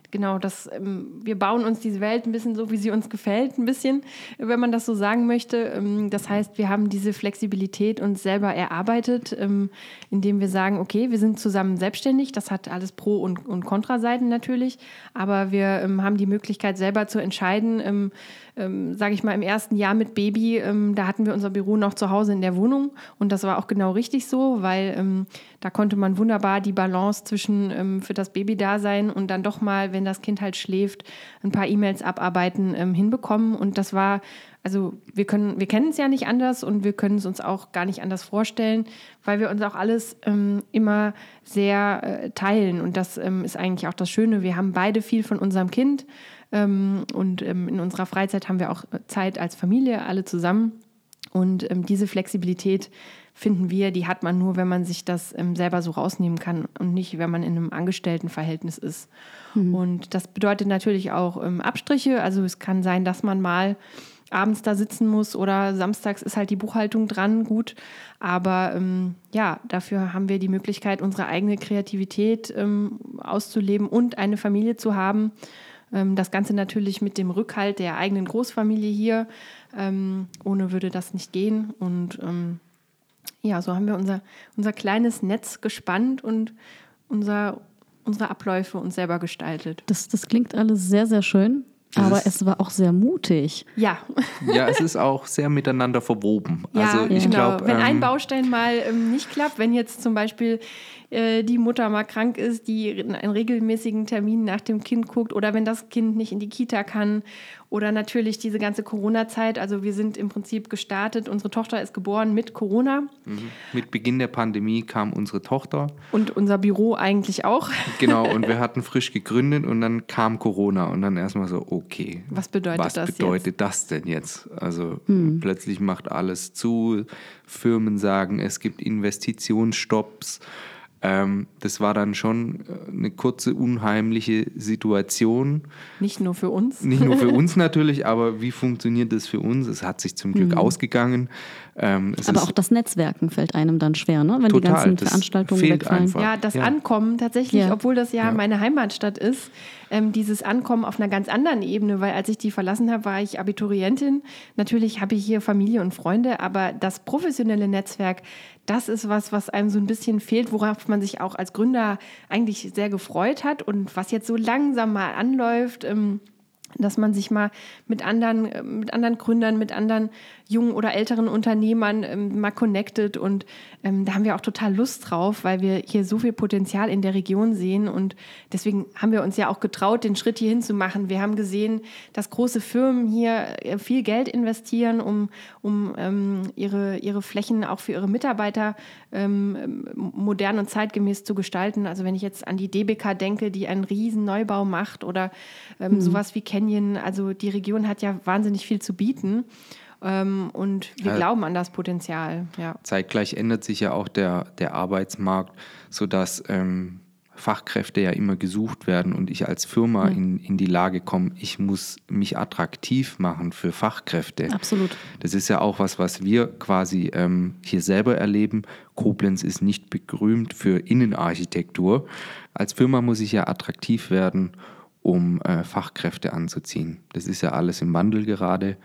genau, das, ähm, wir bauen uns diese Welt ein bisschen so, wie sie uns gefällt, ein bisschen, wenn man das so sagen möchte. Ähm, das heißt, wir haben diese Flexibilität uns selber erarbeitet, ähm, indem wir sagen, okay, wir sind zusammen selbstständig. Das hat alles Pro- und, und Kontraseiten natürlich, aber wir ähm, haben die Möglichkeit, selber zu entscheiden. Ähm, ähm, sage ich mal, im ersten Jahr mit Baby, ähm, da hatten wir unser Büro noch zu Hause in der Wohnung und das war auch genau richtig so, weil ähm, da konnte man wunderbar die Balance zwischen ähm, für das Babydasein und dann doch mal, wenn das Kind halt schläft, ein paar E-Mails abarbeiten, ähm, hinbekommen. Und das war, also wir können, wir kennen es ja nicht anders und wir können es uns auch gar nicht anders vorstellen, weil wir uns auch alles ähm, immer sehr äh, teilen. Und das ähm, ist eigentlich auch das Schöne. Wir haben beide viel von unserem Kind ähm, und ähm, in unserer Freizeit haben wir auch Zeit als Familie, alle zusammen. Und ähm, diese Flexibilität finden wir, die hat man nur, wenn man sich das ähm, selber so rausnehmen kann und nicht, wenn man in einem Angestelltenverhältnis ist. Mhm. Und das bedeutet natürlich auch ähm, Abstriche. Also es kann sein, dass man mal abends da sitzen muss oder samstags ist halt die Buchhaltung dran, gut. Aber ähm, ja, dafür haben wir die Möglichkeit, unsere eigene Kreativität ähm, auszuleben und eine Familie zu haben. Ähm, das Ganze natürlich mit dem Rückhalt der eigenen Großfamilie hier. Ähm, ohne würde das nicht gehen. Und ähm, ja, so haben wir unser, unser kleines Netz gespannt und unser, unsere Abläufe uns selber gestaltet. Das, das klingt alles sehr, sehr schön, das aber es war auch sehr mutig. Ja. Ja, es ist auch sehr miteinander verwoben. Ja, also ich genau. glaub, Wenn ähm, ein Baustein mal ähm, nicht klappt, wenn jetzt zum Beispiel äh, die Mutter mal krank ist, die in einen regelmäßigen Termin nach dem Kind guckt oder wenn das Kind nicht in die Kita kann oder natürlich diese ganze Corona-Zeit. Also wir sind im Prinzip gestartet. Unsere Tochter ist geboren mit Corona. Mhm. Mit Beginn der Pandemie kam unsere Tochter. Und unser Büro eigentlich auch. Genau, und wir hatten frisch gegründet und dann kam Corona und dann erstmal so, okay, was bedeutet was das bedeutet jetzt? das denn jetzt? Also hm. plötzlich macht alles zu, Firmen sagen, es gibt Investitionsstopps. Ähm, das war dann schon eine kurze, unheimliche Situation. Nicht nur für uns. Nicht nur für uns natürlich, aber wie funktioniert das für uns? Es hat sich zum Glück mhm. ausgegangen. Ähm, es aber ist auch das Netzwerken fällt einem dann schwer, ne? Wenn total, die ganzen das Veranstaltungen fehlt wegfallen. einfach. Ja, das ja. Ankommen tatsächlich, Ja. obwohl das ja, Ja. meine Heimatstadt ist, ähm, dieses Ankommen auf einer ganz anderen Ebene, weil als ich die verlassen habe, war ich Abiturientin. Natürlich habe ich hier Familie und Freunde, aber das professionelle Netzwerk, das ist was, was einem so ein bisschen fehlt, worauf man sich auch als Gründer eigentlich sehr gefreut hat und was jetzt so langsam mal anläuft, ähm, dass man sich mal mit anderen, mit anderen Gründern, mit anderen jungen oder älteren Unternehmern ähm, mal connected und ähm, da haben wir auch total Lust drauf, weil wir hier so viel Potenzial in der Region sehen und deswegen haben wir uns ja auch getraut, den Schritt hierhin zu machen. Wir haben gesehen, dass große Firmen hier viel Geld investieren, um, um ähm, ihre, ihre Flächen auch für ihre Mitarbeiter ähm, modern und zeitgemäß zu gestalten. Also wenn ich jetzt an die D B K denke, die einen riesen Neubau macht oder ähm, mhm. sowas wie Canyon, also die Region hat ja wahnsinnig viel zu bieten. Ähm, und wir ja. glauben an das Potenzial. Ja. Zeitgleich ändert sich ja auch der, der Arbeitsmarkt, sodass ähm, Fachkräfte ja immer gesucht werden und ich als Firma mhm. in, in die Lage komme, ich muss mich attraktiv machen für Fachkräfte. Absolut. Das ist ja auch was, was wir quasi ähm, hier selber erleben. Koblenz ist nicht berühmt für Innenarchitektur. Als Firma muss ich ja attraktiv werden, um äh, Fachkräfte anzuziehen. Das ist ja alles im Wandel gerade.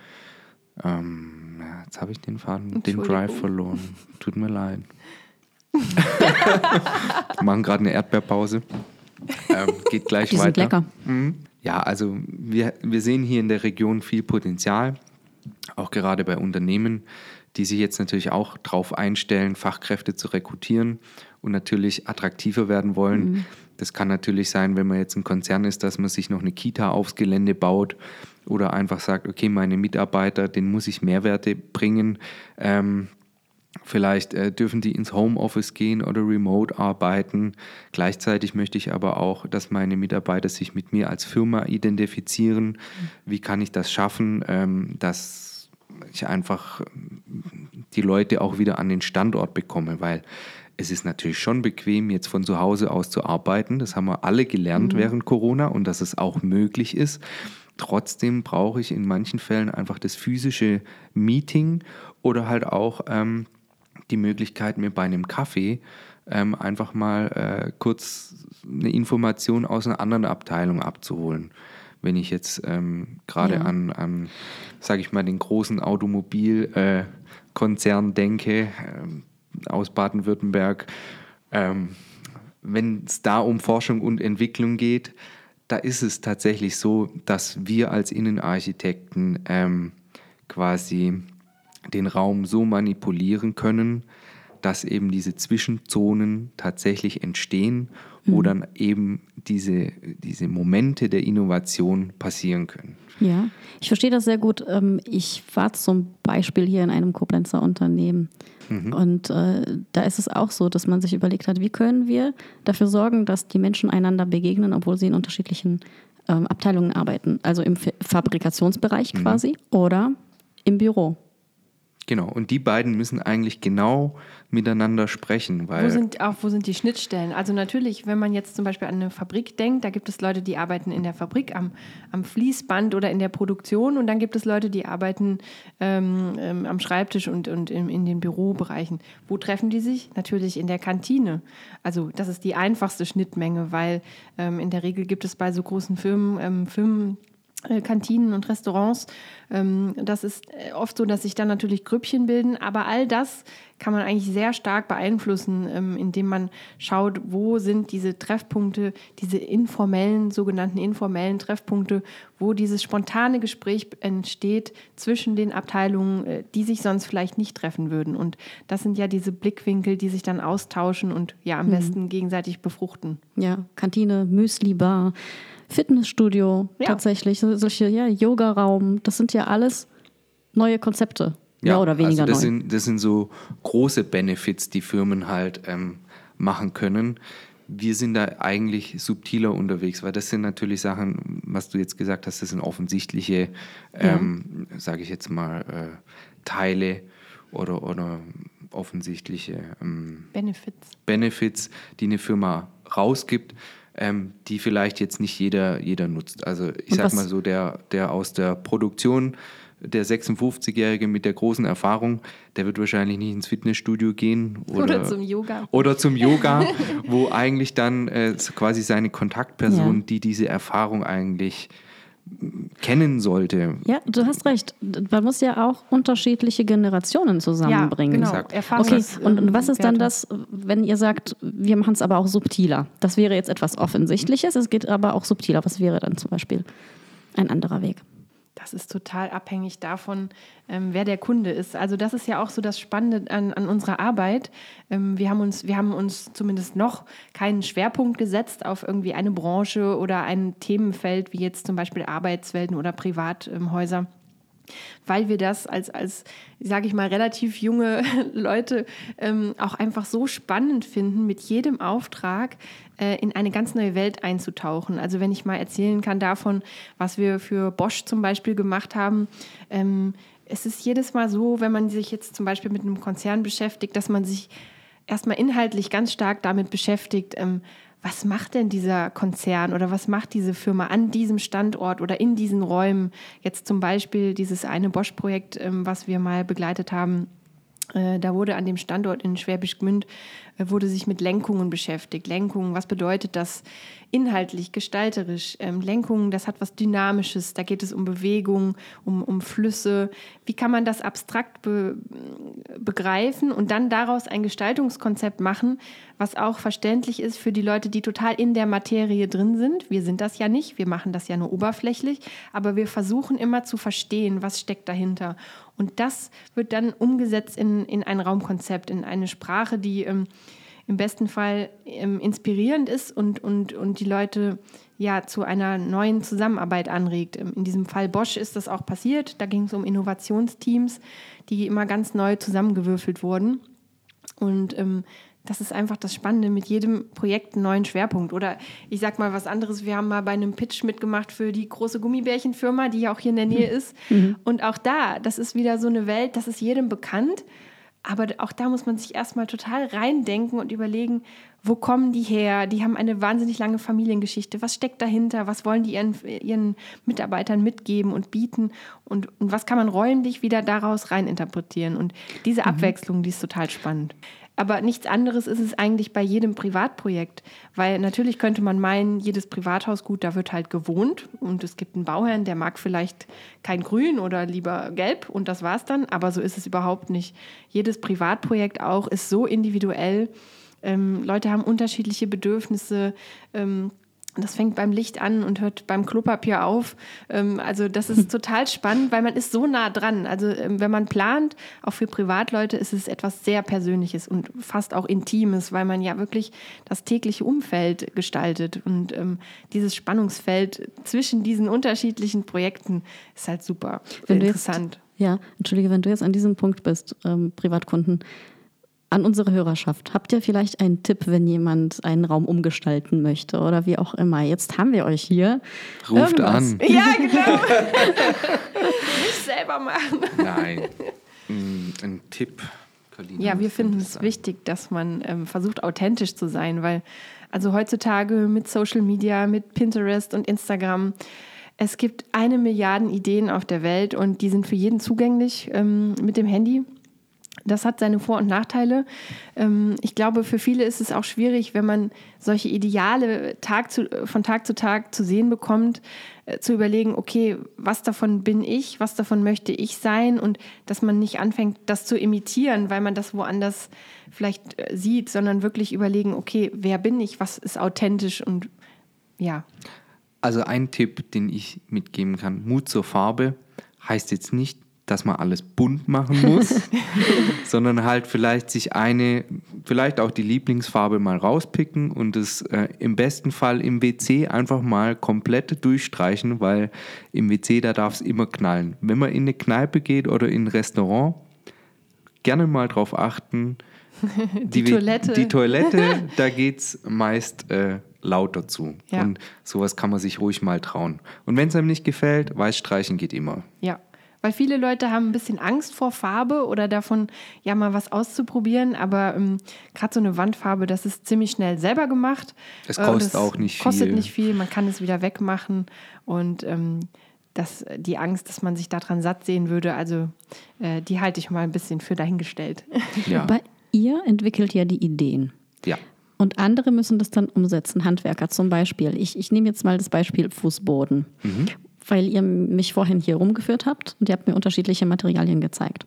Ähm, ja, jetzt habe ich den Faden, den Drive verloren. Tut mir leid. Wir machen gerade eine Erdbeerpause. Ähm, geht gleich Die weiter. sind lecker. Mhm. Ja, also wir, wir sehen hier in der Region viel Potenzial, auch gerade bei Unternehmen, die sich jetzt natürlich auch darauf einstellen, Fachkräfte zu rekrutieren und natürlich attraktiver werden wollen. Mhm. Das kann natürlich sein, wenn man jetzt ein Konzern ist, dass man sich noch eine Kita aufs Gelände baut oder einfach sagt, okay, meine Mitarbeiter, denen muss ich Mehrwerte bringen. Ähm, vielleicht äh, dürfen die ins Homeoffice gehen oder remote arbeiten. Gleichzeitig möchte ich aber auch, dass meine Mitarbeiter sich mit mir als Firma identifizieren. Mhm. Wie kann ich das schaffen, ähm, dass ich einfach die Leute auch wieder an den Standort bekomme, weil es ist natürlich schon bequem, jetzt von zu Hause aus zu arbeiten. Das haben wir alle gelernt mhm. während Corona und dass es auch möglich ist. Trotzdem brauche ich in manchen Fällen einfach das physische Meeting oder halt auch ähm, die Möglichkeit, mir bei einem Kaffee ähm, einfach mal äh, kurz eine Information aus einer anderen Abteilung abzuholen. Wenn ich jetzt ähm, gerade Ja. an, an sage ich mal, den großen Automobilkonzern äh, denke, ähm, aus Baden-Württemberg, ähm, wenn es da um Forschung und Entwicklung geht, da ist es tatsächlich so, dass wir als Innenarchitekten ähm, quasi den Raum so manipulieren können, dass eben diese Zwischenzonen tatsächlich entstehen, wo Mhm. dann eben diese, diese Momente der Innovation passieren können. Ja, ich verstehe das sehr gut. Ähm, Ich war zum Beispiel hier in einem Koblenzer Unternehmen. Mhm. Und äh, da ist es auch so, dass man sich überlegt hat, wie können wir dafür sorgen, dass die Menschen einander begegnen, obwohl sie in unterschiedlichen ähm, Abteilungen arbeiten. Also im Fa- Fabrikationsbereich quasi oder im Büro. Genau, und die beiden müssen eigentlich genau miteinander sprechen, weil Wo sind auch wo sind die Schnittstellen? Also natürlich, wenn man jetzt zum Beispiel an eine Fabrik denkt, da gibt es Leute, die arbeiten in der Fabrik am, am Fließband oder in der Produktion und dann gibt es Leute, die arbeiten ähm, ähm, am Schreibtisch und, und in, in den Bürobereichen. Wo treffen die sich? Natürlich in der Kantine. Also das ist die einfachste Schnittmenge, weil ähm, in der Regel gibt es bei so großen Firmen, ähm, Firmen Kantinen und Restaurants. Das ist oft so, dass sich dann natürlich Grüppchen bilden, aber all das kann man eigentlich sehr stark beeinflussen, indem man schaut, wo sind diese Treffpunkte, diese informellen, sogenannten informellen Treffpunkte, wo dieses spontane Gespräch entsteht zwischen den Abteilungen, die sich sonst vielleicht nicht treffen würden. Und das sind ja diese Blickwinkel, die sich dann austauschen und ja am besten gegenseitig befruchten. Ja, Kantine, Müsli-Bar, Fitnessstudio, Ja. tatsächlich, so- solche, ja, Yoga-Raum, das sind ja alles neue Konzepte, mehr oder weniger also das neu. sind, das sind so große Benefits, die Firmen halt ähm, machen können. Wir sind da eigentlich subtiler unterwegs, weil das sind natürlich Sachen, was du jetzt gesagt hast, das sind offensichtliche, ähm, sage ich jetzt mal, äh, Teile oder, oder offensichtliche ähm, Benefits. Benefits, die eine Firma rausgibt, ähm, die vielleicht jetzt nicht jeder, jeder nutzt. Also ich Und sag was- mal so, der, der aus der Produktion, der sechsundfünfzigjährige mit der großen Erfahrung, der wird wahrscheinlich nicht ins Fitnessstudio gehen oder, Oder zum Yoga. Oder zum Yoga, wo eigentlich dann äh, so quasi seine Kontaktperson, Ja. die diese Erfahrung eigentlich kennen sollte. Ja, du hast recht. Man muss ja auch unterschiedliche Generationen zusammenbringen. Ja, genau. Exakt. Okay, Erfahrungs- und, und was ähm, ist dann Werte. das, wenn ihr sagt, wir machen es aber auch subtiler? Das wäre jetzt etwas Offensichtliches, es geht aber auch subtiler. Was wäre dann zum Beispiel ein anderer Weg? Das ist total abhängig davon, ähm, wer der Kunde ist. Also das ist ja auch so das Spannende an, an unserer Arbeit. Ähm, wir haben uns, wir haben uns zumindest noch keinen Schwerpunkt gesetzt auf irgendwie eine Branche oder ein Themenfeld, wie jetzt zum Beispiel Arbeitswelten oder Privathäuser. Weil wir das als, als sage ich mal, relativ junge Leute ähm, auch einfach so spannend finden, mit jedem Auftrag äh, in eine ganz neue Welt einzutauchen. Also wenn ich mal erzählen kann davon, was wir für Bosch zum Beispiel gemacht haben, ähm, es ist jedes Mal so, wenn man sich jetzt zum Beispiel mit einem Konzern beschäftigt, dass man sich erstmal inhaltlich ganz stark damit beschäftigt, ähm, was macht denn dieser Konzern oder was macht diese Firma an diesem Standort oder in diesen Räumen? Jetzt zum Beispiel dieses eine Bosch-Projekt, ähm, was wir mal begleitet haben. Äh, da wurde an dem Standort in Schwäbisch Gmünd, äh, wurde sich mit Lenkungen beschäftigt. Lenkungen, was bedeutet das inhaltlich, gestalterisch? Ähm, Lenkungen, das hat was Dynamisches. Da geht es um Bewegung, um, um Flüsse. Wie kann man das abstrakt be- begreifen und dann daraus ein Gestaltungskonzept machen, was auch verständlich ist für die Leute, die total in der Materie drin sind. Wir sind das ja nicht, wir machen das ja nur oberflächlich, aber wir versuchen immer zu verstehen, was steckt dahinter. Und das wird dann umgesetzt in, in ein Raumkonzept, in eine Sprache, die ähm, im besten Fall ähm, inspirierend ist und, und, und die Leute ja zu einer neuen Zusammenarbeit anregt. In diesem Fall Bosch ist das auch passiert. Da ging es um Innovationsteams, die immer ganz neu zusammengewürfelt wurden. Und ähm, das ist einfach das Spannende, mit jedem Projekt einen neuen Schwerpunkt. Oder ich sag mal was anderes, wir haben mal bei einem Pitch mitgemacht für die große Gummibärchenfirma, die ja auch hier in der Nähe ist. Mhm. Und auch da, das ist wieder so eine Welt, das ist jedem bekannt. Aber auch da muss man sich erstmal total reindenken und überlegen, wo kommen die her? Die haben eine wahnsinnig lange Familiengeschichte. Was steckt dahinter? Was wollen die ihren, ihren Mitarbeitern mitgeben und bieten? Und, und was kann man räumlich wieder daraus reininterpretieren? Und diese Abwechslung, die ist total spannend. Aber nichts anderes ist es eigentlich bei jedem Privatprojekt, weil natürlich könnte man meinen, jedes Privathaus, gut, da wird halt gewohnt und es gibt einen Bauherrn, der mag vielleicht kein Grün oder lieber Gelb und das war's dann, aber so ist es überhaupt nicht. Jedes Privatprojekt auch ist so individuell, ähm, Leute haben unterschiedliche Bedürfnisse, ähm, das fängt beim Licht an und hört beim Klopapier auf. Also das ist total spannend, weil man ist so nah dran. Also wenn man plant, auch für Privatleute, ist es etwas sehr Persönliches und fast auch Intimes, weil man ja wirklich das tägliche Umfeld gestaltet. Und ähm, dieses Spannungsfeld zwischen diesen unterschiedlichen Projekten ist halt super wenn interessant. Du jetzt, ja, entschuldige, wenn du jetzt an diesem Punkt bist, ähm, Privatkunden, an unsere Hörerschaft. Habt ihr vielleicht einen Tipp, wenn jemand einen Raum umgestalten möchte oder wie auch immer? Jetzt haben wir euch hier. Ruft Irgendwas. an. Ja, genau. Nicht selber machen. Nein. Ein Tipp. Carlina, ja, wir was finden könnte es sein? wichtig, dass man ähm, versucht, authentisch zu sein, weil also heutzutage mit Social Media, mit Pinterest und Instagram, es gibt eine Milliarde Ideen auf der Welt und die sind für jeden zugänglich ähm, mit dem Handy. Das hat seine Vor- und Nachteile. Ich glaube, für viele ist es auch schwierig, wenn man solche Ideale Tag zu, von Tag zu Tag zu sehen bekommt, zu überlegen, okay, was davon bin ich, was davon möchte ich sein und dass man nicht anfängt, das zu imitieren, weil man das woanders vielleicht sieht, sondern wirklich überlegen, okay, wer bin ich, was ist authentisch und ja. Also ein Tipp, den ich mitgeben kann, Mut zur Farbe, heißt jetzt nicht, dass man alles bunt machen muss, sondern halt vielleicht sich eine, vielleicht auch die Lieblingsfarbe mal rauspicken und es äh, im besten Fall im W C einfach mal komplett durchstreichen, weil im W C, da darf es immer knallen. Wenn man in eine Kneipe geht oder in ein Restaurant, gerne mal drauf achten. Die, die Toilette. Die Toilette, da geht es meist äh, lauter zu. Ja. Und sowas kann man sich ruhig mal trauen. Und wenn es einem nicht gefällt, weiß streichen geht immer. Ja. Weil viele Leute haben ein bisschen Angst vor Farbe oder davon, ja mal was auszuprobieren. Aber ähm, gerade so eine Wandfarbe, das ist ziemlich schnell selber gemacht. Es kostet äh, auch nicht viel. Kostet nicht viel, man kann es wieder wegmachen. Und ähm, das, die Angst, dass man sich daran satt sehen würde, also äh, die halte ich mal ein bisschen für dahingestellt. Ja. Aber ihr entwickelt ja die Ideen. Ja. Und andere müssen das dann umsetzen, Handwerker zum Beispiel. Ich, ich nehme jetzt mal das Beispiel Fußboden. Mhm. Weil ihr mich vorhin hier rumgeführt habt und ihr habt mir unterschiedliche Materialien gezeigt.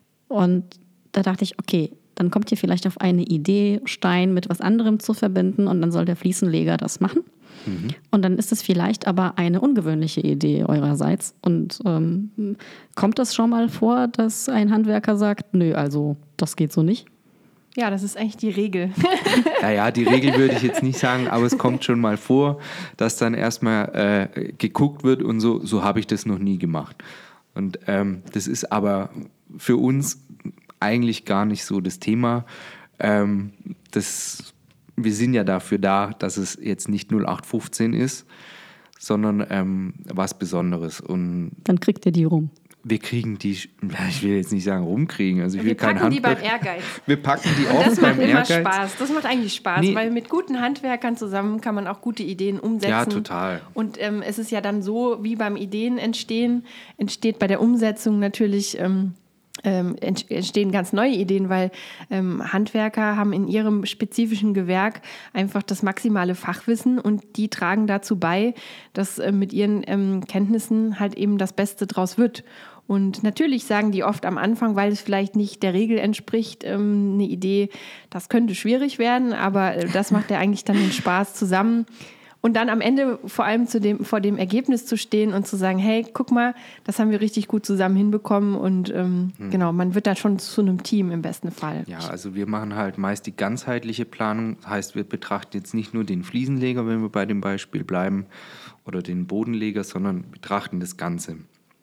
Und da dachte ich, okay, dann kommt ihr vielleicht auf eine Idee, Stein mit was anderem zu verbinden und dann soll der Fliesenleger das machen. Mhm. Und dann ist es vielleicht aber eine ungewöhnliche Idee eurerseits. Und ähm, kommt das schon mal vor, dass ein Handwerker sagt, nö, also das geht so nicht? Ja, das ist eigentlich die Regel. Naja, die Regel würde ich jetzt nicht sagen, aber es kommt schon mal vor, dass dann erstmal äh, geguckt wird und so, so habe ich das noch nie gemacht. Und ähm, das ist aber für uns eigentlich gar nicht so das Thema. Ähm, das, wir sind ja dafür da, dass es jetzt nicht null acht fünfzehn ist, sondern ähm, was Besonderes. Und dann kriegt ihr die rum. Wir kriegen die, ich will jetzt nicht sagen rumkriegen, also ich will wir kein packen die beim Handwerk. Ehrgeiz. Wir packen die Und oft das macht beim immer Ehrgeiz. Spaß. Das macht eigentlich Spaß, Nee. weil mit guten Handwerkern zusammen kann man auch gute Ideen umsetzen. Ja, total. Und ähm, es ist ja dann so, wie beim Ideen entstehen, entsteht bei der Umsetzung natürlich ähm, ähm, entstehen ganz neue Ideen, weil ähm, Handwerker haben in ihrem spezifischen Gewerk einfach das maximale Fachwissen und die tragen dazu bei, dass äh, mit ihren ähm, Kenntnissen halt eben das Beste draus wird. Und natürlich sagen die oft am Anfang, weil es vielleicht nicht der Regel entspricht, ähm, eine Idee, das könnte schwierig werden, aber äh, das macht ja eigentlich dann den Spaß zusammen. Und dann am Ende vor allem zu dem, vor dem Ergebnis zu stehen und zu sagen, hey, guck mal, das haben wir richtig gut zusammen hinbekommen. Und ähm, hm. genau, man wird da schon zu einem Team im besten Fall. Ja, also wir machen halt meist die ganzheitliche Planung. Das heißt, wir betrachten jetzt nicht nur den Fliesenleger, wenn wir bei dem Beispiel bleiben, oder den Bodenleger, sondern betrachten das Ganze.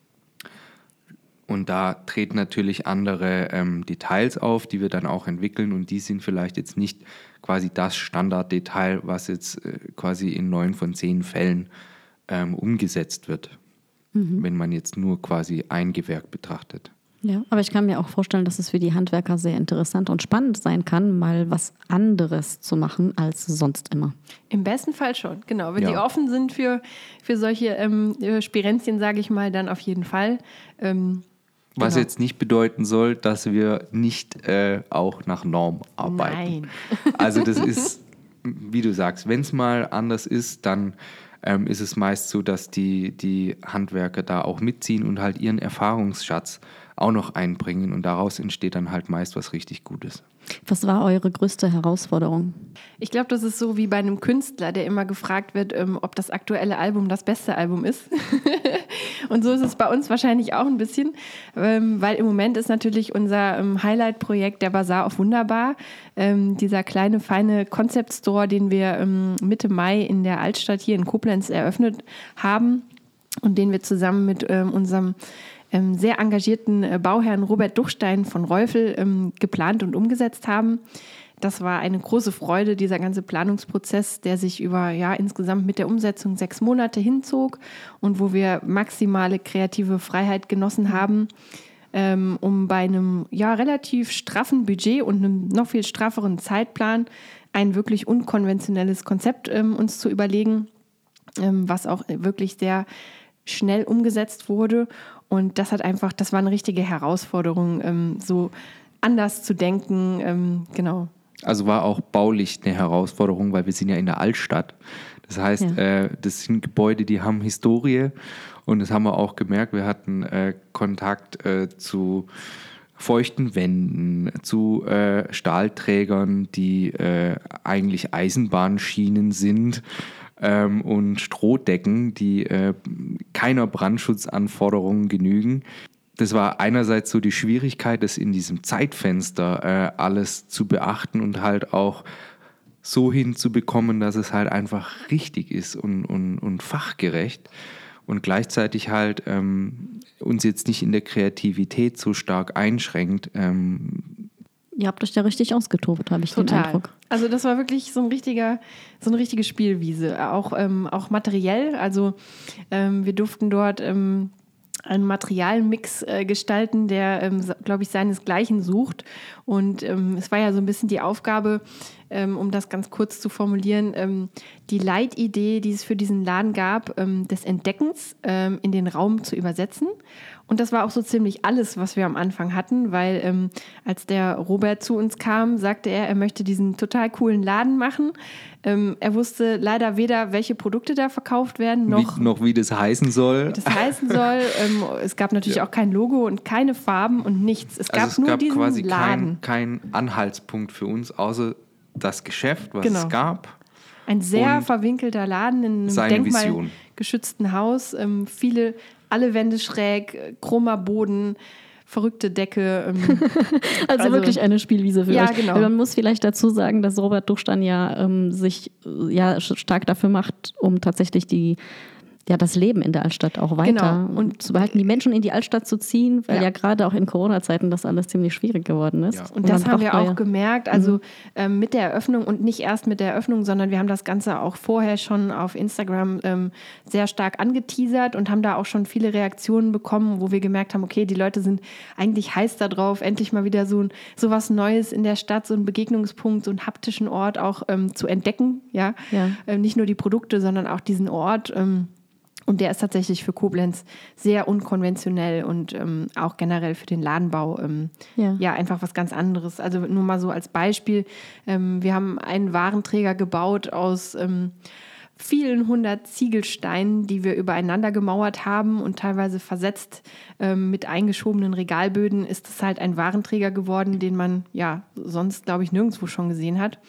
Und da treten natürlich andere ähm, Details auf, die wir dann auch entwickeln. Und die sind vielleicht jetzt nicht quasi das Standarddetail, was jetzt äh, quasi in neun von zehn Fällen ähm, umgesetzt wird, mhm. wenn man jetzt nur quasi ein Gewerk betrachtet. Ja, aber ich kann mir auch vorstellen, dass es für die Handwerker sehr interessant und spannend sein kann, mal was anderes zu machen als sonst immer. Im besten Fall schon, genau. Wenn Ja. die offen sind für, für solche ähm, Spirenzchen, sage ich mal, dann auf jeden Fall. Ähm, Was genau. jetzt nicht bedeuten soll, dass wir nicht äh, auch nach Norm arbeiten. Nein. Also das ist, wie du sagst, wenn es mal anders ist, dann ähm, ist es meist so, dass die, die Handwerker da auch mitziehen und halt ihren Erfahrungsschatz auch noch einbringen und daraus entsteht dann halt meist was richtig Gutes. Was war eure größte Herausforderung? Ich glaube, das ist so wie bei einem Künstler, der immer gefragt wird, ähm, ob das aktuelle Album das beste Album ist. Und so ist es bei uns wahrscheinlich auch ein bisschen, ähm, weil im Moment ist natürlich unser ähm, Highlight-Projekt der Bazaar auf Wunderbar. Ähm, dieser kleine, feine Concept-Store, den wir ähm, Mitte Mai in der Altstadt hier in Koblenz eröffnet haben und den wir zusammen mit ähm, unserem ähm, sehr engagierten äh, Bauherrn Robert Duchstein von Reufel ähm, geplant und umgesetzt haben. Das war eine große Freude, dieser ganze Planungsprozess, der sich über ja insgesamt mit der Umsetzung sechs Monate hinzog und wo wir maximale kreative Freiheit genossen haben, ähm, um bei einem ja relativ straffen Budget und einem noch viel strafferen Zeitplan ein wirklich unkonventionelles Konzept ähm, uns zu überlegen, ähm, was auch wirklich sehr schnell umgesetzt wurde. Und das hat einfach, das war eine richtige Herausforderung, ähm, so anders zu denken, ähm, genau. Also war auch baulich eine Herausforderung, weil wir sind ja in der Altstadt. Das heißt, Ja. äh, das sind Gebäude, die haben Historie und das haben wir auch gemerkt. Wir hatten äh, Kontakt äh, zu feuchten Wänden, zu äh, Stahlträgern, die äh, eigentlich Eisenbahnschienen sind ähm, und Strohdecken, die äh, keiner Brandschutzanforderungen genügen. Das war einerseits so die Schwierigkeit, das in diesem Zeitfenster äh, alles zu beachten und halt auch so hinzubekommen, dass es halt einfach richtig ist und, und, und fachgerecht und gleichzeitig halt ähm, uns jetzt nicht in der Kreativität so stark einschränkt. Ähm, Ihr habt euch da richtig ausgetobt, habe ich den Eindruck. Also das war wirklich so ein richtiger, so eine richtige Spielwiese, auch, ähm, auch materiell. Also ähm, wir durften dort ähm, einen Materialmix äh, gestalten, der, ähm, glaube ich, seinesgleichen sucht. Und ähm, es war ja so ein bisschen die Aufgabe, ähm, um das ganz kurz zu formulieren, ähm, die Leitidee, die es für diesen Laden gab, ähm, des Entdeckens ähm, in den Raum zu übersetzen. Und das war auch so ziemlich alles, was wir am Anfang hatten, weil ähm, als der Robert zu uns kam, sagte er, er möchte diesen total coolen Laden machen. Ähm, er wusste leider weder, welche Produkte da verkauft werden, noch wie, noch wie das heißen soll. wie das heißen soll. Ähm, es gab natürlich Ja. auch kein Logo und keine Farben und nichts. Es gab Also es nur gab diesen quasi Laden. keinen kein Anhaltspunkt für uns, außer das Geschäft, was Genau. es gab. Ein sehr Und verwinkelter Laden in einem seine Vision. denkmalgeschützten Haus. Ähm, viele, alle Wände schräg, äh, chromer Boden, verrückte Decke. Ähm, Also, Also- wirklich eine Spielwiese für Ja, euch. genau. Aber man muss vielleicht dazu sagen, dass Robert Duchstein ja ähm, sich äh, ja sch- stark dafür macht, um tatsächlich die ja, das Leben in der Altstadt auch weiter Genau. Und- zu behalten, die Menschen in die Altstadt zu ziehen, weil ja, Ja. gerade auch in Corona-Zeiten das alles ziemlich schwierig geworden ist. Ja. Und man das haben braucht wir neue- auch gemerkt, also ähm, mit der Eröffnung und nicht erst mit der Eröffnung, sondern wir haben das Ganze auch vorher schon auf Instagram ähm, sehr stark angeteasert und haben da auch schon viele Reaktionen bekommen, wo wir gemerkt haben, okay, die Leute sind eigentlich heiß darauf, endlich mal wieder so, ein, so was Neues in der Stadt, so einen Begegnungspunkt, so einen haptischen Ort auch ähm, zu entdecken. Ja? Ja. Ähm, nicht nur die Produkte, sondern auch diesen Ort. Ähm, Und der ist tatsächlich für Koblenz sehr unkonventionell und ähm, auch generell für den Ladenbau ähm, Ja. ja. einfach was ganz anderes. Also nur mal so als Beispiel, ähm, wir haben einen Warenträger gebaut aus ähm, vielen hundert Ziegelsteinen, die wir übereinander gemauert haben und teilweise versetzt ähm, mit eingeschobenen Regalböden ist es halt ein Warenträger geworden, den man ja sonst, glaube ich, nirgendwo schon gesehen hat.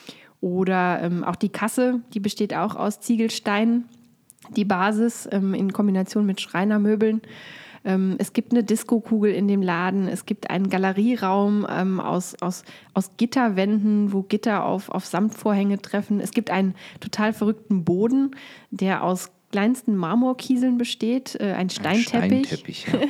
Oder ähm, auch die Kasse, die besteht auch aus Ziegelsteinen. Die Basis ähm, in Kombination mit Schreinermöbeln. Ähm, es gibt eine Diskokugel in dem Laden. Es gibt einen Galerieraum ähm, aus, aus, aus Gitterwänden, wo Gitter auf, auf Samtvorhänge treffen. Es gibt einen total verrückten Boden, der aus kleinsten Marmorkieseln besteht, äh, ein Steinteppich. Steinteppich, ja.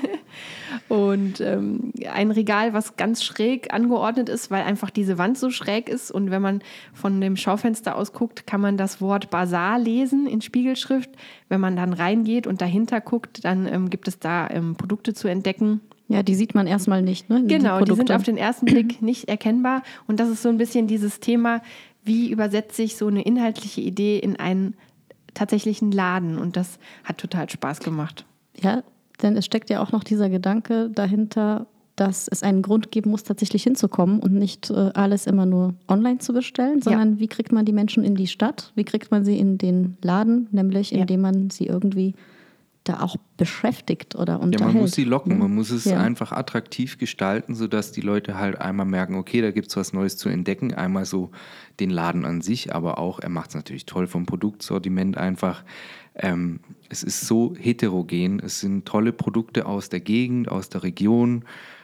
Und ähm, ein Regal, was ganz schräg angeordnet ist, weil einfach diese Wand so schräg ist. Und wenn man von dem Schaufenster aus guckt, kann man das Wort Bazaar lesen in Spiegelschrift. Wenn man dann reingeht und dahinter guckt, dann ähm, gibt es da ähm, Produkte zu entdecken. Ja, die sieht man erstmal nicht, ne? Genau, die, die sind auf den ersten Blick Mhm. nicht erkennbar. Und das ist so ein bisschen dieses Thema, wie übersetze ich so eine inhaltliche Idee in einen tatsächlichen Laden. Und das hat total Spaß gemacht. Ja, denn es steckt ja auch noch dieser Gedanke dahinter, dass es einen Grund geben muss, tatsächlich hinzukommen und nicht äh, alles immer nur online zu bestellen, sondern ja. wie kriegt man die Menschen in die Stadt? Wie kriegt man sie in den Laden? Nämlich, indem ja. man sie irgendwie da auch beschäftigt oder unterhält. Ja, man muss sie locken, man muss es ja. einfach attraktiv gestalten, sodass die Leute halt einmal merken, okay, da gibt es was Neues zu entdecken. Einmal so den Laden an sich, aber auch, er macht es natürlich toll vom Produktsortiment einfach. Ähm, es ist so heterogen, es sind tolle Produkte aus der Gegend, aus der Region.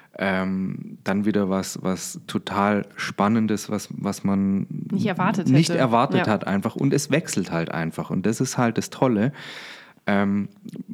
Ähm, dann wieder was, was total Spannendes, was, was man nicht erwartet, nicht hätte. erwartet ja. hat einfach. Und es wechselt halt einfach. Und das ist halt das Tolle. Ähm,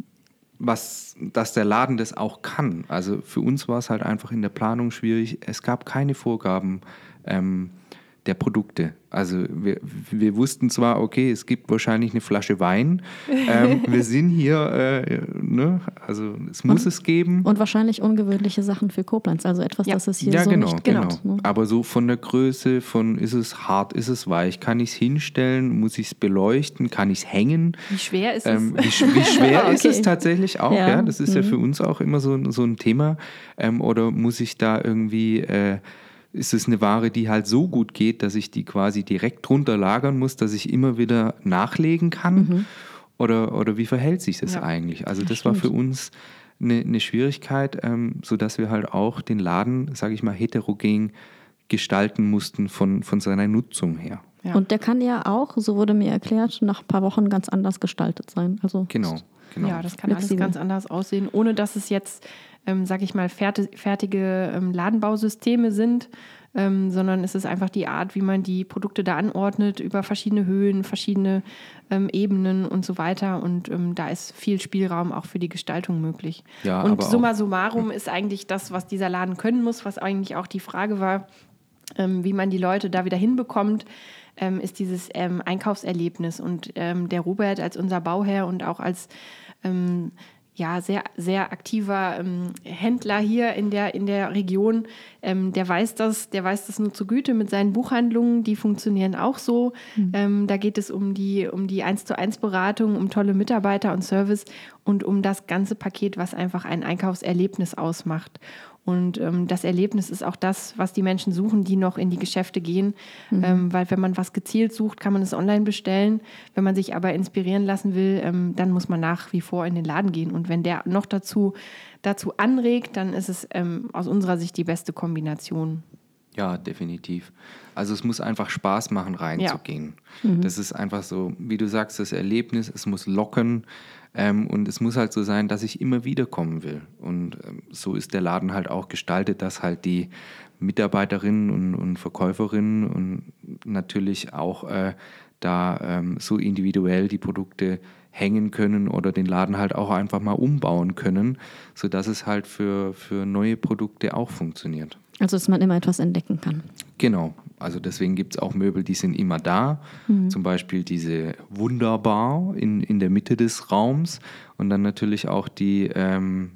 was, dass der Laden das auch kann. Also für uns war es halt einfach in der Planung schwierig. Es gab keine Vorgaben ähm, der Produkte. Also wir, wir wussten zwar, okay, es gibt wahrscheinlich eine Flasche Wein. Ähm, wir sind hier, äh, ne? Also es muss und, es geben. Und wahrscheinlich ungewöhnliche Sachen für Koblenz. Also etwas, ja. das es hier ja, so genau, nicht genau. gibt. Ne? Aber so von der Größe, von ist es hart, ist es weich, kann ich es hinstellen, muss ich es beleuchten, kann ich es hängen? Wie schwer ist ähm, es? Wie, wie schwer okay. ist es tatsächlich auch? Ja. Ja, das ist mhm. ja für uns auch immer so, so ein Thema. Ähm, oder muss ich da irgendwie... Äh, ist es eine Ware, die halt so gut geht, dass ich die quasi direkt drunter lagern muss, dass ich immer wieder nachlegen kann? Mhm. Oder, oder wie verhält sich das ja. eigentlich? Also das, das war für uns eine, eine Schwierigkeit, ähm, sodass wir halt auch den Laden, sage ich mal, heterogen gestalten mussten von, von seiner Nutzung her. Ja. Und der kann ja auch, so wurde mir erklärt, nach ein paar Wochen ganz anders gestaltet sein. Also genau, genau. Ja, das kann alles ganz anders aussehen, ohne dass es jetzt, ähm, sag ich mal, fertig, fertige ähm, Ladenbausysteme sind, ähm, sondern es ist einfach die Art, wie man die Produkte da anordnet, über verschiedene Höhen, verschiedene ähm, Ebenen und so weiter. Und ähm, da ist viel Spielraum auch für die Gestaltung möglich. Ja, und aber summa auch, summarum ist eigentlich das, was dieser Laden können muss, was eigentlich auch die Frage war, ähm, wie man die Leute da wieder hinbekommt, ähm, ist dieses ähm, Einkaufserlebnis. Und ähm, der Robert als unser Bauherr und auch als ähm, ja, sehr, sehr aktiver ähm, Händler hier in der, in der Region, ähm, der weiß das, der weiß das nur zu Güte mit seinen Buchhandlungen, die funktionieren auch so. Mhm. Ähm, da geht es um die, um die eins zu eins Beratung, um tolle Mitarbeiter und Service und um das ganze Paket, was einfach ein Einkaufserlebnis ausmacht. Und ähm, das Erlebnis ist auch das, was die Menschen suchen, die noch in die Geschäfte gehen. Mhm. Ähm, weil wenn man was gezielt sucht, kann man es online bestellen. Wenn man sich aber inspirieren lassen will, ähm, dann muss man nach wie vor in den Laden gehen. Und wenn der noch dazu, dazu anregt, dann ist es ähm, aus unserer Sicht die beste Kombination. Ja, definitiv. Also es muss einfach Spaß machen, reinzugehen. Ja. Mhm. Das ist einfach so, wie du sagst, das Erlebnis, es muss locken. Ähm, und es muss halt so sein, dass ich immer wieder kommen will. Und ähm, so ist der Laden halt auch gestaltet, dass halt die Mitarbeiterinnen und, und Verkäuferinnen und natürlich auch äh, da ähm, so individuell die Produkte hängen können oder den Laden halt auch einfach mal umbauen können, sodass es halt für, für neue Produkte auch funktioniert. Also, dass man immer etwas entdecken kann. Genau. Also deswegen gibt es auch Möbel, die sind immer da. Mhm. Zum Beispiel diese Wunderbar in, in der Mitte des Raums. Und dann natürlich auch die ähm,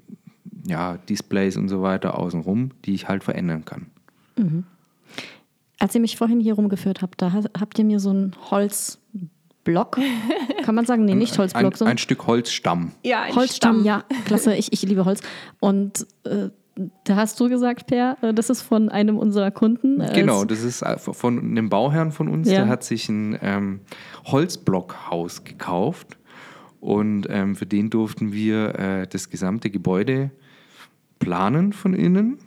ja, Displays und so weiter außenrum, die ich halt verändern kann. Mhm. Als ihr mich vorhin hier rumgeführt habt, da habt ihr mir so einen Holzblock, kann man sagen? Nee, nicht Holzblock. Ein, ein, sondern ein Stück Holzstamm. Ja, ein Holzstamm, Stamm. Ja, klasse. Ich, ich liebe Holz. Und äh, da hast du gesagt, Per, das ist von einem unserer Kunden. Genau, das ist von einem Bauherrn von uns, ja. Der hat sich ein ähm, Holzblockhaus gekauft und ähm, für den durften wir äh, das gesamte Gebäude planen von innen.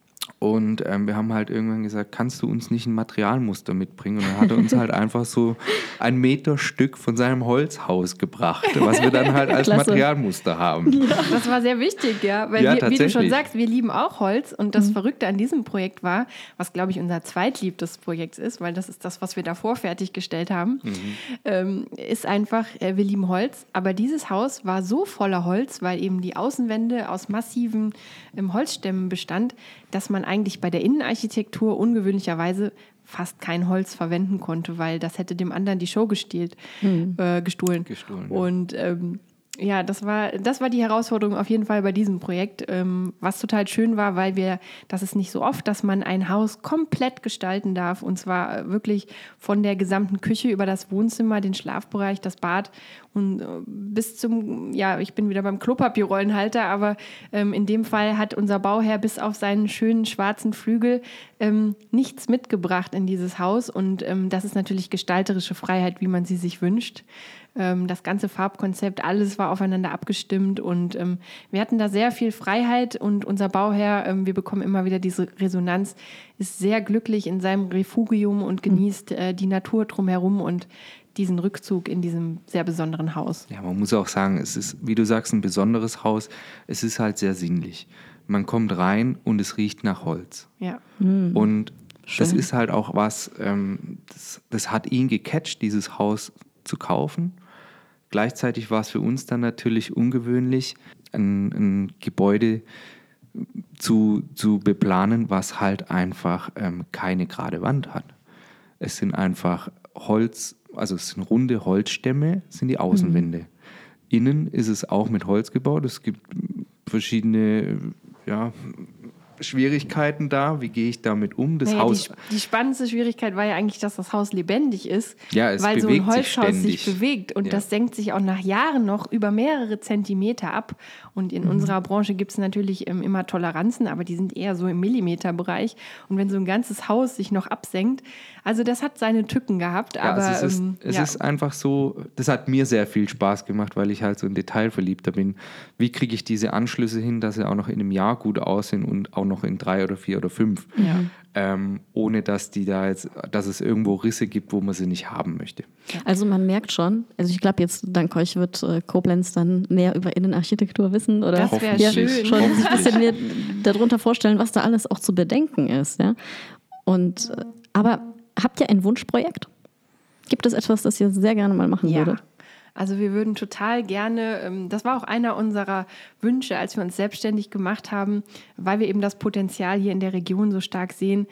Und ähm, wir haben halt irgendwann gesagt, kannst du uns nicht ein Materialmuster mitbringen? Und dann hat er uns halt einfach so ein Meter Stück von seinem Holzhaus gebracht, was wir dann halt als Klasse. Materialmuster haben. Ja. Das war sehr wichtig, ja, weil ja, wir, wie du schon sagst, wir lieben auch Holz. Und das mhm. Verrückte an diesem Projekt war, was glaube ich unser zweitliebstes Projekt ist, weil das ist das, was wir davor fertiggestellt haben, mhm. ähm, ist einfach, äh, wir lieben Holz. Aber dieses Haus war so voller Holz, weil eben die Außenwände aus massiven ähm, Holzstämmen bestand, dass man eigentlich bei der Innenarchitektur ungewöhnlicherweise fast kein Holz verwenden konnte, weil das hätte dem anderen die Show gestiehlt, mhm. äh, gestohlen. gestohlen ja. Und ähm, Ja, das war, das war die Herausforderung auf jeden Fall bei diesem Projekt, ähm, was total schön war, weil wir, das ist nicht so oft, dass man ein Haus komplett gestalten darf, und zwar wirklich von der gesamten Küche über das Wohnzimmer, den Schlafbereich, das Bad und äh, bis zum, ja, ich bin wieder beim Klopapierrollenhalter, aber ähm, in dem Fall hat unser Bauherr bis auf seinen schönen schwarzen Flügel ähm, nichts mitgebracht in dieses Haus, und ähm, das ist natürlich gestalterische Freiheit, wie man sie sich wünscht. Das ganze Farbkonzept, alles war aufeinander abgestimmt, und ähm, wir hatten da sehr viel Freiheit, und unser Bauherr, ähm, wir bekommen immer wieder diese Resonanz, ist sehr glücklich in seinem Refugium und genießt äh, die Natur drumherum und diesen Rückzug in diesem sehr besonderen Haus. Ja, man muss auch sagen, es ist, wie du sagst, ein besonderes Haus. Es ist halt sehr sinnlich. Man kommt rein und es riecht nach Holz. Ja. Mhm. Und Schön. Das ist halt auch was, ähm, das, das hat ihn gecatcht, dieses Haus zu kaufen. Gleichzeitig war es für uns dann natürlich ungewöhnlich, ein, ein Gebäude zu, zu beplanen, was halt einfach ähm, keine gerade Wand hat. Es sind einfach Holz, also es sind runde Holzstämme, sind die Außenwände. Mhm. Innen ist es auch mit Holz gebaut. Es gibt verschiedene, ja, Schwierigkeiten da. Wie gehe ich damit um? Das naja, Haus. Die, die spannendste Schwierigkeit war ja eigentlich, dass das Haus lebendig ist, ja, es weil so ein Holzhaus sich, sich bewegt, und ja. das senkt sich auch nach Jahren noch über mehrere Zentimeter ab. Und in mhm. unserer Branche gibt es natürlich ähm, immer Toleranzen, aber die sind eher so im Millimeterbereich. Und wenn so ein ganzes Haus sich noch absenkt, also das hat seine Tücken gehabt. Ja, aber also es, ist, ähm, es ja. ist einfach so, das hat mir sehr viel Spaß gemacht, weil ich halt so ein Detailverliebter bin. Wie kriege ich diese Anschlüsse hin, dass sie auch noch in einem Jahr gut aussehen und auch noch in drei oder vier oder fünf, ja. ähm, ohne dass die da jetzt, dass es irgendwo Risse gibt, wo man sie nicht haben möchte. Also man merkt schon, also ich glaube jetzt dank euch wird äh, Koblenz dann mehr über Innenarchitektur wissen, oder das wäre ja, schön. Schon sich ein bisschen mehr darunter vorstellen, was da alles auch zu bedenken ist. Ja? Und, äh, aber habt ihr ein Wunschprojekt? Gibt es etwas, das ihr sehr gerne mal machen ja. würdet? Also wir würden total gerne, das war auch einer unserer Wünsche, als wir uns selbstständig gemacht haben, weil wir eben das Potenzial hier in der Region so stark sehen.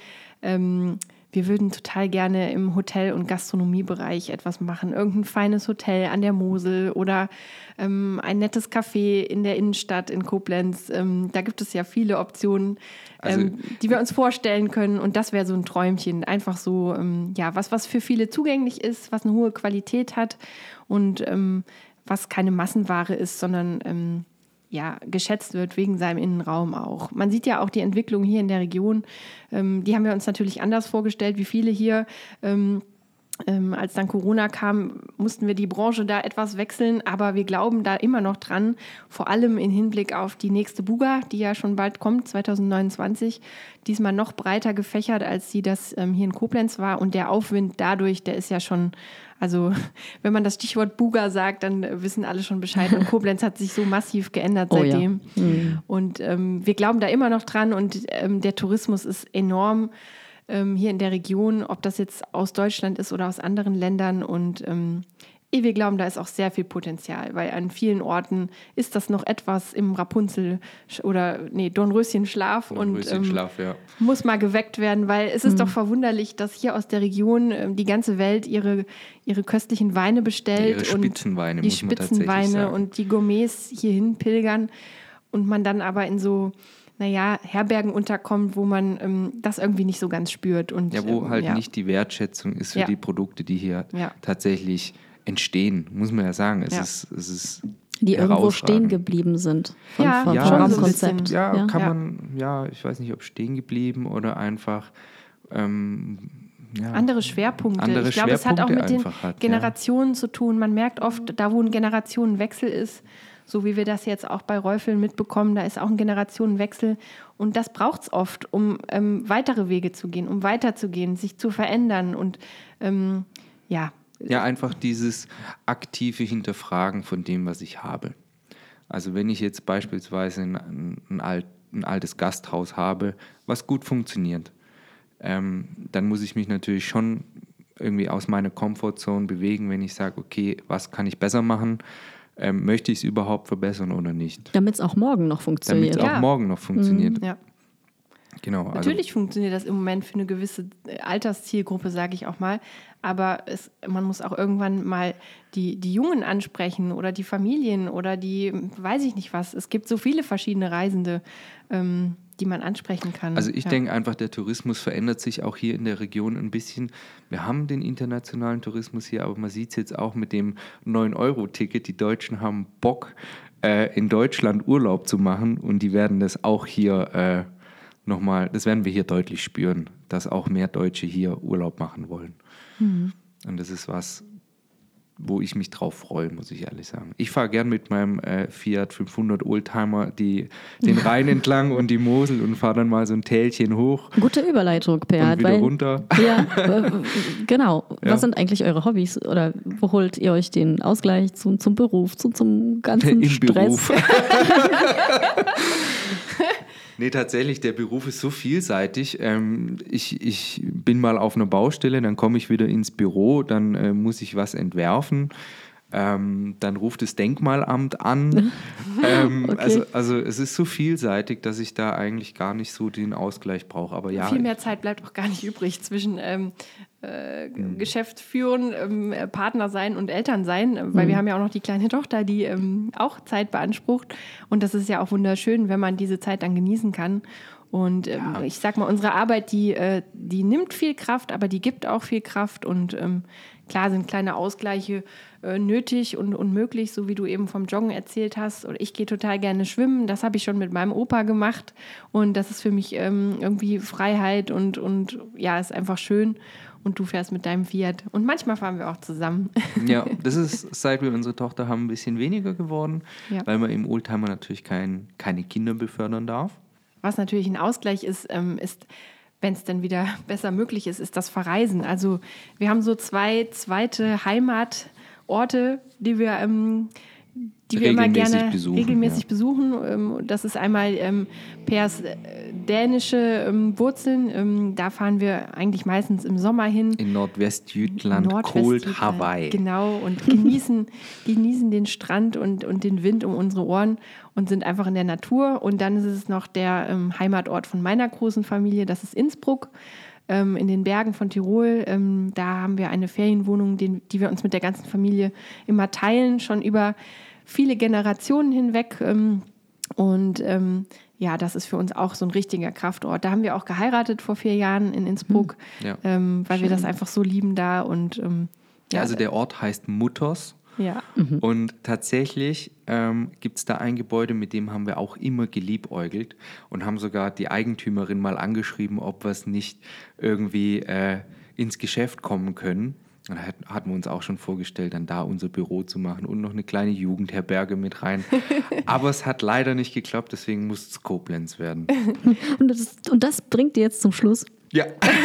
Wir würden total gerne im Hotel- und Gastronomiebereich etwas machen. Irgendein feines Hotel an der Mosel oder ähm, ein nettes Café in der Innenstadt in Koblenz. Ähm, da gibt es ja viele Optionen, also, ähm, die wir uns vorstellen können. Und das wäre so ein Träumchen. Einfach so, ähm, ja, was, was für viele zugänglich ist, was eine hohe Qualität hat und ähm, was keine Massenware ist, sondern ähm, ja, geschätzt wird wegen seinem Innenraum auch. Man sieht ja auch die Entwicklung hier in der Region. Ähm, die haben wir uns natürlich anders vorgestellt, wie viele hier. Ähm, ähm, als dann Corona kam, mussten wir die Branche da etwas wechseln, aber wir glauben da immer noch dran, vor allem im Hinblick auf die nächste Buga, die ja schon bald kommt, zwanzig neunundzwanzig, diesmal noch breiter gefächert, als sie das ähm, hier in Koblenz war, und der Aufwind dadurch, der ist ja schon, also wenn man das Stichwort Buga sagt, dann wissen alle schon Bescheid, und Koblenz hat sich so massiv geändert seitdem. Oh ja. Mhm. Und ähm, wir glauben da immer noch dran, und ähm, der Tourismus ist enorm hier in der Region, ob das jetzt aus Deutschland ist oder aus anderen Ländern, und ähm, wir glauben, da ist auch sehr viel Potenzial, weil an vielen Orten ist das noch etwas im Rapunzel- oder nee, Dornröschenschlaf und ähm, ja. muss mal geweckt werden, weil es ist mhm. doch verwunderlich, dass hier aus der Region ähm, die ganze Welt ihre, ihre köstlichen Weine bestellt, ihre Spitzenweine, und die muss man tatsächlich Spitzenweine sagen. Und die Gourmets hierhin pilgern, und man dann aber in so naja, Herbergen unterkommt, wo man ähm, das irgendwie nicht so ganz spürt. Und, ja, wo ähm, halt ja. nicht die Wertschätzung ist für ja. die Produkte, die hier ja. tatsächlich entstehen, muss man ja sagen. Es ja. ist, es ist die irgendwo stehen geblieben sind von, ja, vom ja, Raumkonzept. So ja, ja, kann ja. man, ja, ich weiß nicht, ob stehen geblieben oder einfach ähm, ja, andere Schwerpunkte. Andere ich glaube, es hat auch mit den hat, Generationen ja. zu tun. Man merkt oft, da wo ein Generationenwechsel ist, so wie wir das jetzt auch bei Räufeln mitbekommen, da ist auch ein Generationenwechsel. Und das braucht es oft, um ähm, weitere Wege zu gehen, um weiterzugehen, sich zu verändern. Und ähm, ja. Ja, einfach dieses aktive Hinterfragen von dem, was ich habe. Also wenn ich jetzt beispielsweise ein, ein, alt, ein altes Gasthaus habe, was gut funktioniert, ähm, dann muss ich mich natürlich schon irgendwie aus meiner Komfortzone bewegen, wenn ich sage, okay, was kann ich besser machen? Ähm, möchte ich es überhaupt verbessern oder nicht? Damit es auch morgen noch funktioniert. Damit es ja. auch morgen noch funktioniert. Mhm. Ja. Genau. Also Natürlich funktioniert das im Moment für eine gewisse Alterszielgruppe, sage ich auch mal. Aber es, man muss auch irgendwann mal die, die Jungen ansprechen oder die Familien oder die, weiß ich nicht was. Es gibt so viele verschiedene Reisende, ähm, die man ansprechen kann. Also ich ja. denke einfach, der Tourismus verändert sich auch hier in der Region ein bisschen. Wir haben den internationalen Tourismus hier, aber man sieht es jetzt auch mit dem neun Euro Ticket. Die Deutschen haben Bock, äh, in Deutschland Urlaub zu machen und die werden das auch hier äh, nochmal, das werden wir hier deutlich spüren, dass auch mehr Deutsche hier Urlaub machen wollen. Mhm. Und das ist was, wo ich mich drauf freue, muss ich ehrlich sagen. Ich fahre gern mit meinem äh, Fiat fünfhundert Oldtimer die, den Rhein entlang und die Mosel und fahre dann mal so ein Tälchen hoch. Gute Überleitung, Per. Und wieder weil, runter. Ja, äh, genau. Ja. Was sind eigentlich eure Hobbys? Oder wo holt ihr euch den Ausgleich zum, zum Beruf, zum, zum ganzen Im Stress? Beruf. Nee, tatsächlich, der Beruf ist so vielseitig. Ähm, ich, ich bin mal auf einer Baustelle, dann komme ich wieder ins Büro, dann äh, muss ich was entwerfen. Ähm, dann ruft das Denkmalamt an. ähm, Okay. also, also es ist so vielseitig, dass ich da eigentlich gar nicht so den Ausgleich brauche. Aber ja, Viel mehr Zeit bleibt auch gar nicht übrig zwischen ähm, äh, Geschäft führen, ähm, Partner sein und Eltern sein, äh, weil Mhm. wir haben ja auch noch die kleine Tochter, die ähm, auch Zeit beansprucht. Und das ist ja auch wunderschön, wenn man diese Zeit dann genießen kann. Und ähm, Ja. ich sag mal, unsere Arbeit, die, äh, die nimmt viel Kraft, aber die gibt auch viel Kraft. Und ähm, klar sind kleine Ausgleiche äh, nötig und, und möglich, so wie du eben vom Joggen erzählt hast. Oder ich gehe total gerne schwimmen. Das habe ich schon mit meinem Opa gemacht. Und das ist für mich ähm, irgendwie Freiheit und, und ja, ist einfach schön. Und du fährst mit deinem Fiat. Und manchmal fahren wir auch zusammen. ja, das ist, seit wir unsere Tochter haben, ein bisschen weniger geworden, Ja. weil man im Oldtimer natürlich kein, keine Kinder befördern darf. Was natürlich ein Ausgleich ist, ähm, ist, wenn es dann wieder besser möglich ist, ist das Verreisen. Also wir haben so zwei zweite Heimatorte, die wir, ähm, die wir immer Regelmäßig gerne besuchen, regelmäßig ja. besuchen. Ähm, das ist einmal ähm, Pers äh, dänische ähm, Wurzeln. Ähm, da fahren wir eigentlich meistens im Sommer hin. In Nordwestjütland, Cold Nordwestjütland, Hawaii. Genau, und genießen, genießen den Strand und, und den Wind um unsere Ohren und sind einfach in der Natur. Und dann ist es noch der ähm, Heimatort von meiner großen Familie, das ist Innsbruck, ähm, in den Bergen von Tirol. Ähm, da haben wir eine Ferienwohnung, den, die wir uns mit der ganzen Familie immer teilen, schon über viele Generationen hinweg. Ähm, und ähm, ja, das ist für uns auch so ein richtiger Kraftort. Da haben wir auch geheiratet vor vier Jahren in Innsbruck, Ja. ähm, weil wir das einfach so lieben da. Und ähm, Ja, also der Ort heißt Mutters. ja. Und tatsächlich ähm, gibt es da ein Gebäude, mit dem haben wir auch immer geliebäugelt und haben sogar die Eigentümerin mal angeschrieben, ob wir es nicht irgendwie äh, ins Geschäft kommen können. Und da hat- hatten wir uns auch schon vorgestellt, dann da unser Büro zu machen und noch eine kleine Jugendherberge mit rein. Aber es hat leider nicht geklappt, deswegen muss es Koblenz werden. Und das, und das bringt dir jetzt zum Schluss. Ja,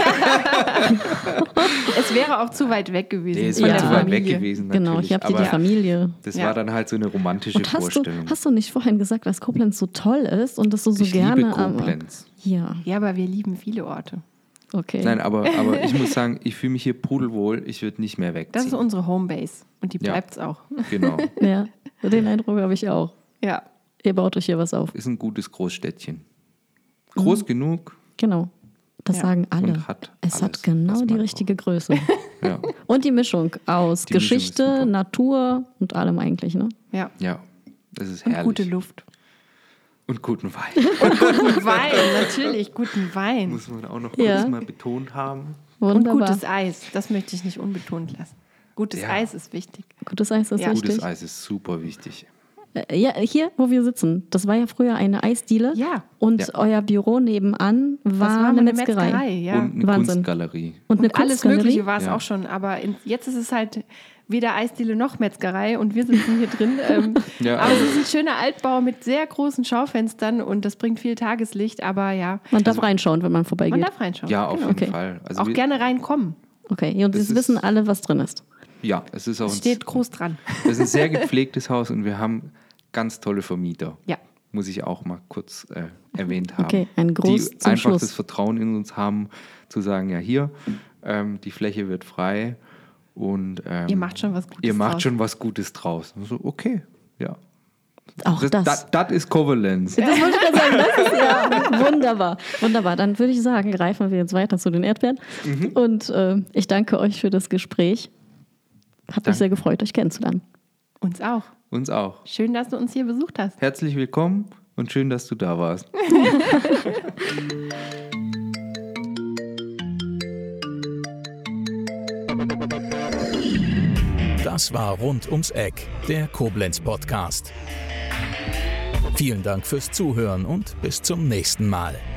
Es wäre auch zu weit weg gewesen. nee, es von war Ja. der zu weit weg Familie. gewesen. Genau, natürlich. ich habe dir die Aber Familie. das Ja. war dann halt so eine romantische Und hast du, Vorstellung. hast du nicht vorhin gesagt, dass Koblenz so toll ist und dass du so ich gerne. liebe aber- Koblenz. Ja, Ja, aber wir lieben viele Orte. okay. Nein, aber, aber ich muss sagen, ich fühle mich hier pudelwohl. Ich würde nicht mehr wegziehen. Das ist unsere Homebase und die Ja. bleibt's auch. Genau. Ja, den Eindruck habe ich auch. Ja. Ihr baut euch hier was auf. Ist ein gutes Großstädtchen. Groß Mhm. genug. Genau. Das Ja. sagen alle. Und hat es hat alles, genau was die man richtige Größe. Ja, Und die Mischung aus Die Mischung ist Geschichte, super. Natur und allem eigentlich, ne? Ja. ja. Das ist Und herrlich. gute Luft. Und guten Wein. Guten Wein, natürlich, guten Wein. Muss man auch noch kurz Ja. mal betont haben. Und Wunderbar. gutes Eis. Das möchte ich nicht unbetont lassen. Gutes Ja. Eis ist wichtig. Gutes Eis ist Ja. wichtig. Gutes Eis ist super wichtig. Äh, Ja, hier, wo wir sitzen, das war ja früher eine Eisdiele. Ja. Und Ja. euer Büro nebenan war, Das war mal eine eine Metzgerei. Metzgerei, ja. Und eine Wahnsinn. Kunstgalerie. Und eine Und alles Kunstgalerie. Mögliche war es Ja. auch schon. Aber in, jetzt ist es halt weder Eisdiele noch Metzgerei und wir sitzen hier drin. Ähm, Ja, aber also- es ist ein schöner Altbau mit sehr großen Schaufenstern und das bringt viel Tageslicht. Aber ja, Man darf reinschauen, wenn man vorbeigeht. man darf reinschauen. Ja, auf Genau. jeden Okay. Fall. Also Auch wir, gerne reinkommen. Okay, und Das jetzt ist- wissen alle, was drin ist. Ja, es ist auch Es ein, steht groß dran. es ist ein sehr gepflegtes Haus und wir haben ganz tolle Vermieter. Ja. Muss ich auch mal kurz äh, erwähnt haben. Okay, ein Gruß die zum einfach Schluss. das Vertrauen in uns haben, zu sagen, ja hier, ähm, die Fläche wird frei und ähm, Ihr macht schon was Gutes ihr macht draus. schon was Gutes draus. Und so, okay, ja. Auch das. Das, das, das ist Kovalenz. Das wollte ich gerade sagen, das ist ja wunderbar. Wunderbar, dann würde ich sagen, greifen wir jetzt weiter zu den Erdbeeren. Mhm. Und äh, ich danke euch für das Gespräch. Hat Danke. mich sehr gefreut, euch kennenzulernen. Uns auch. Uns auch. Schön, dass du uns hier besucht hast. Herzlich willkommen und schön, dass du da warst. Das war Rund ums Eck, der Koblenz-Podcast. Vielen Dank fürs Zuhören und bis zum nächsten Mal.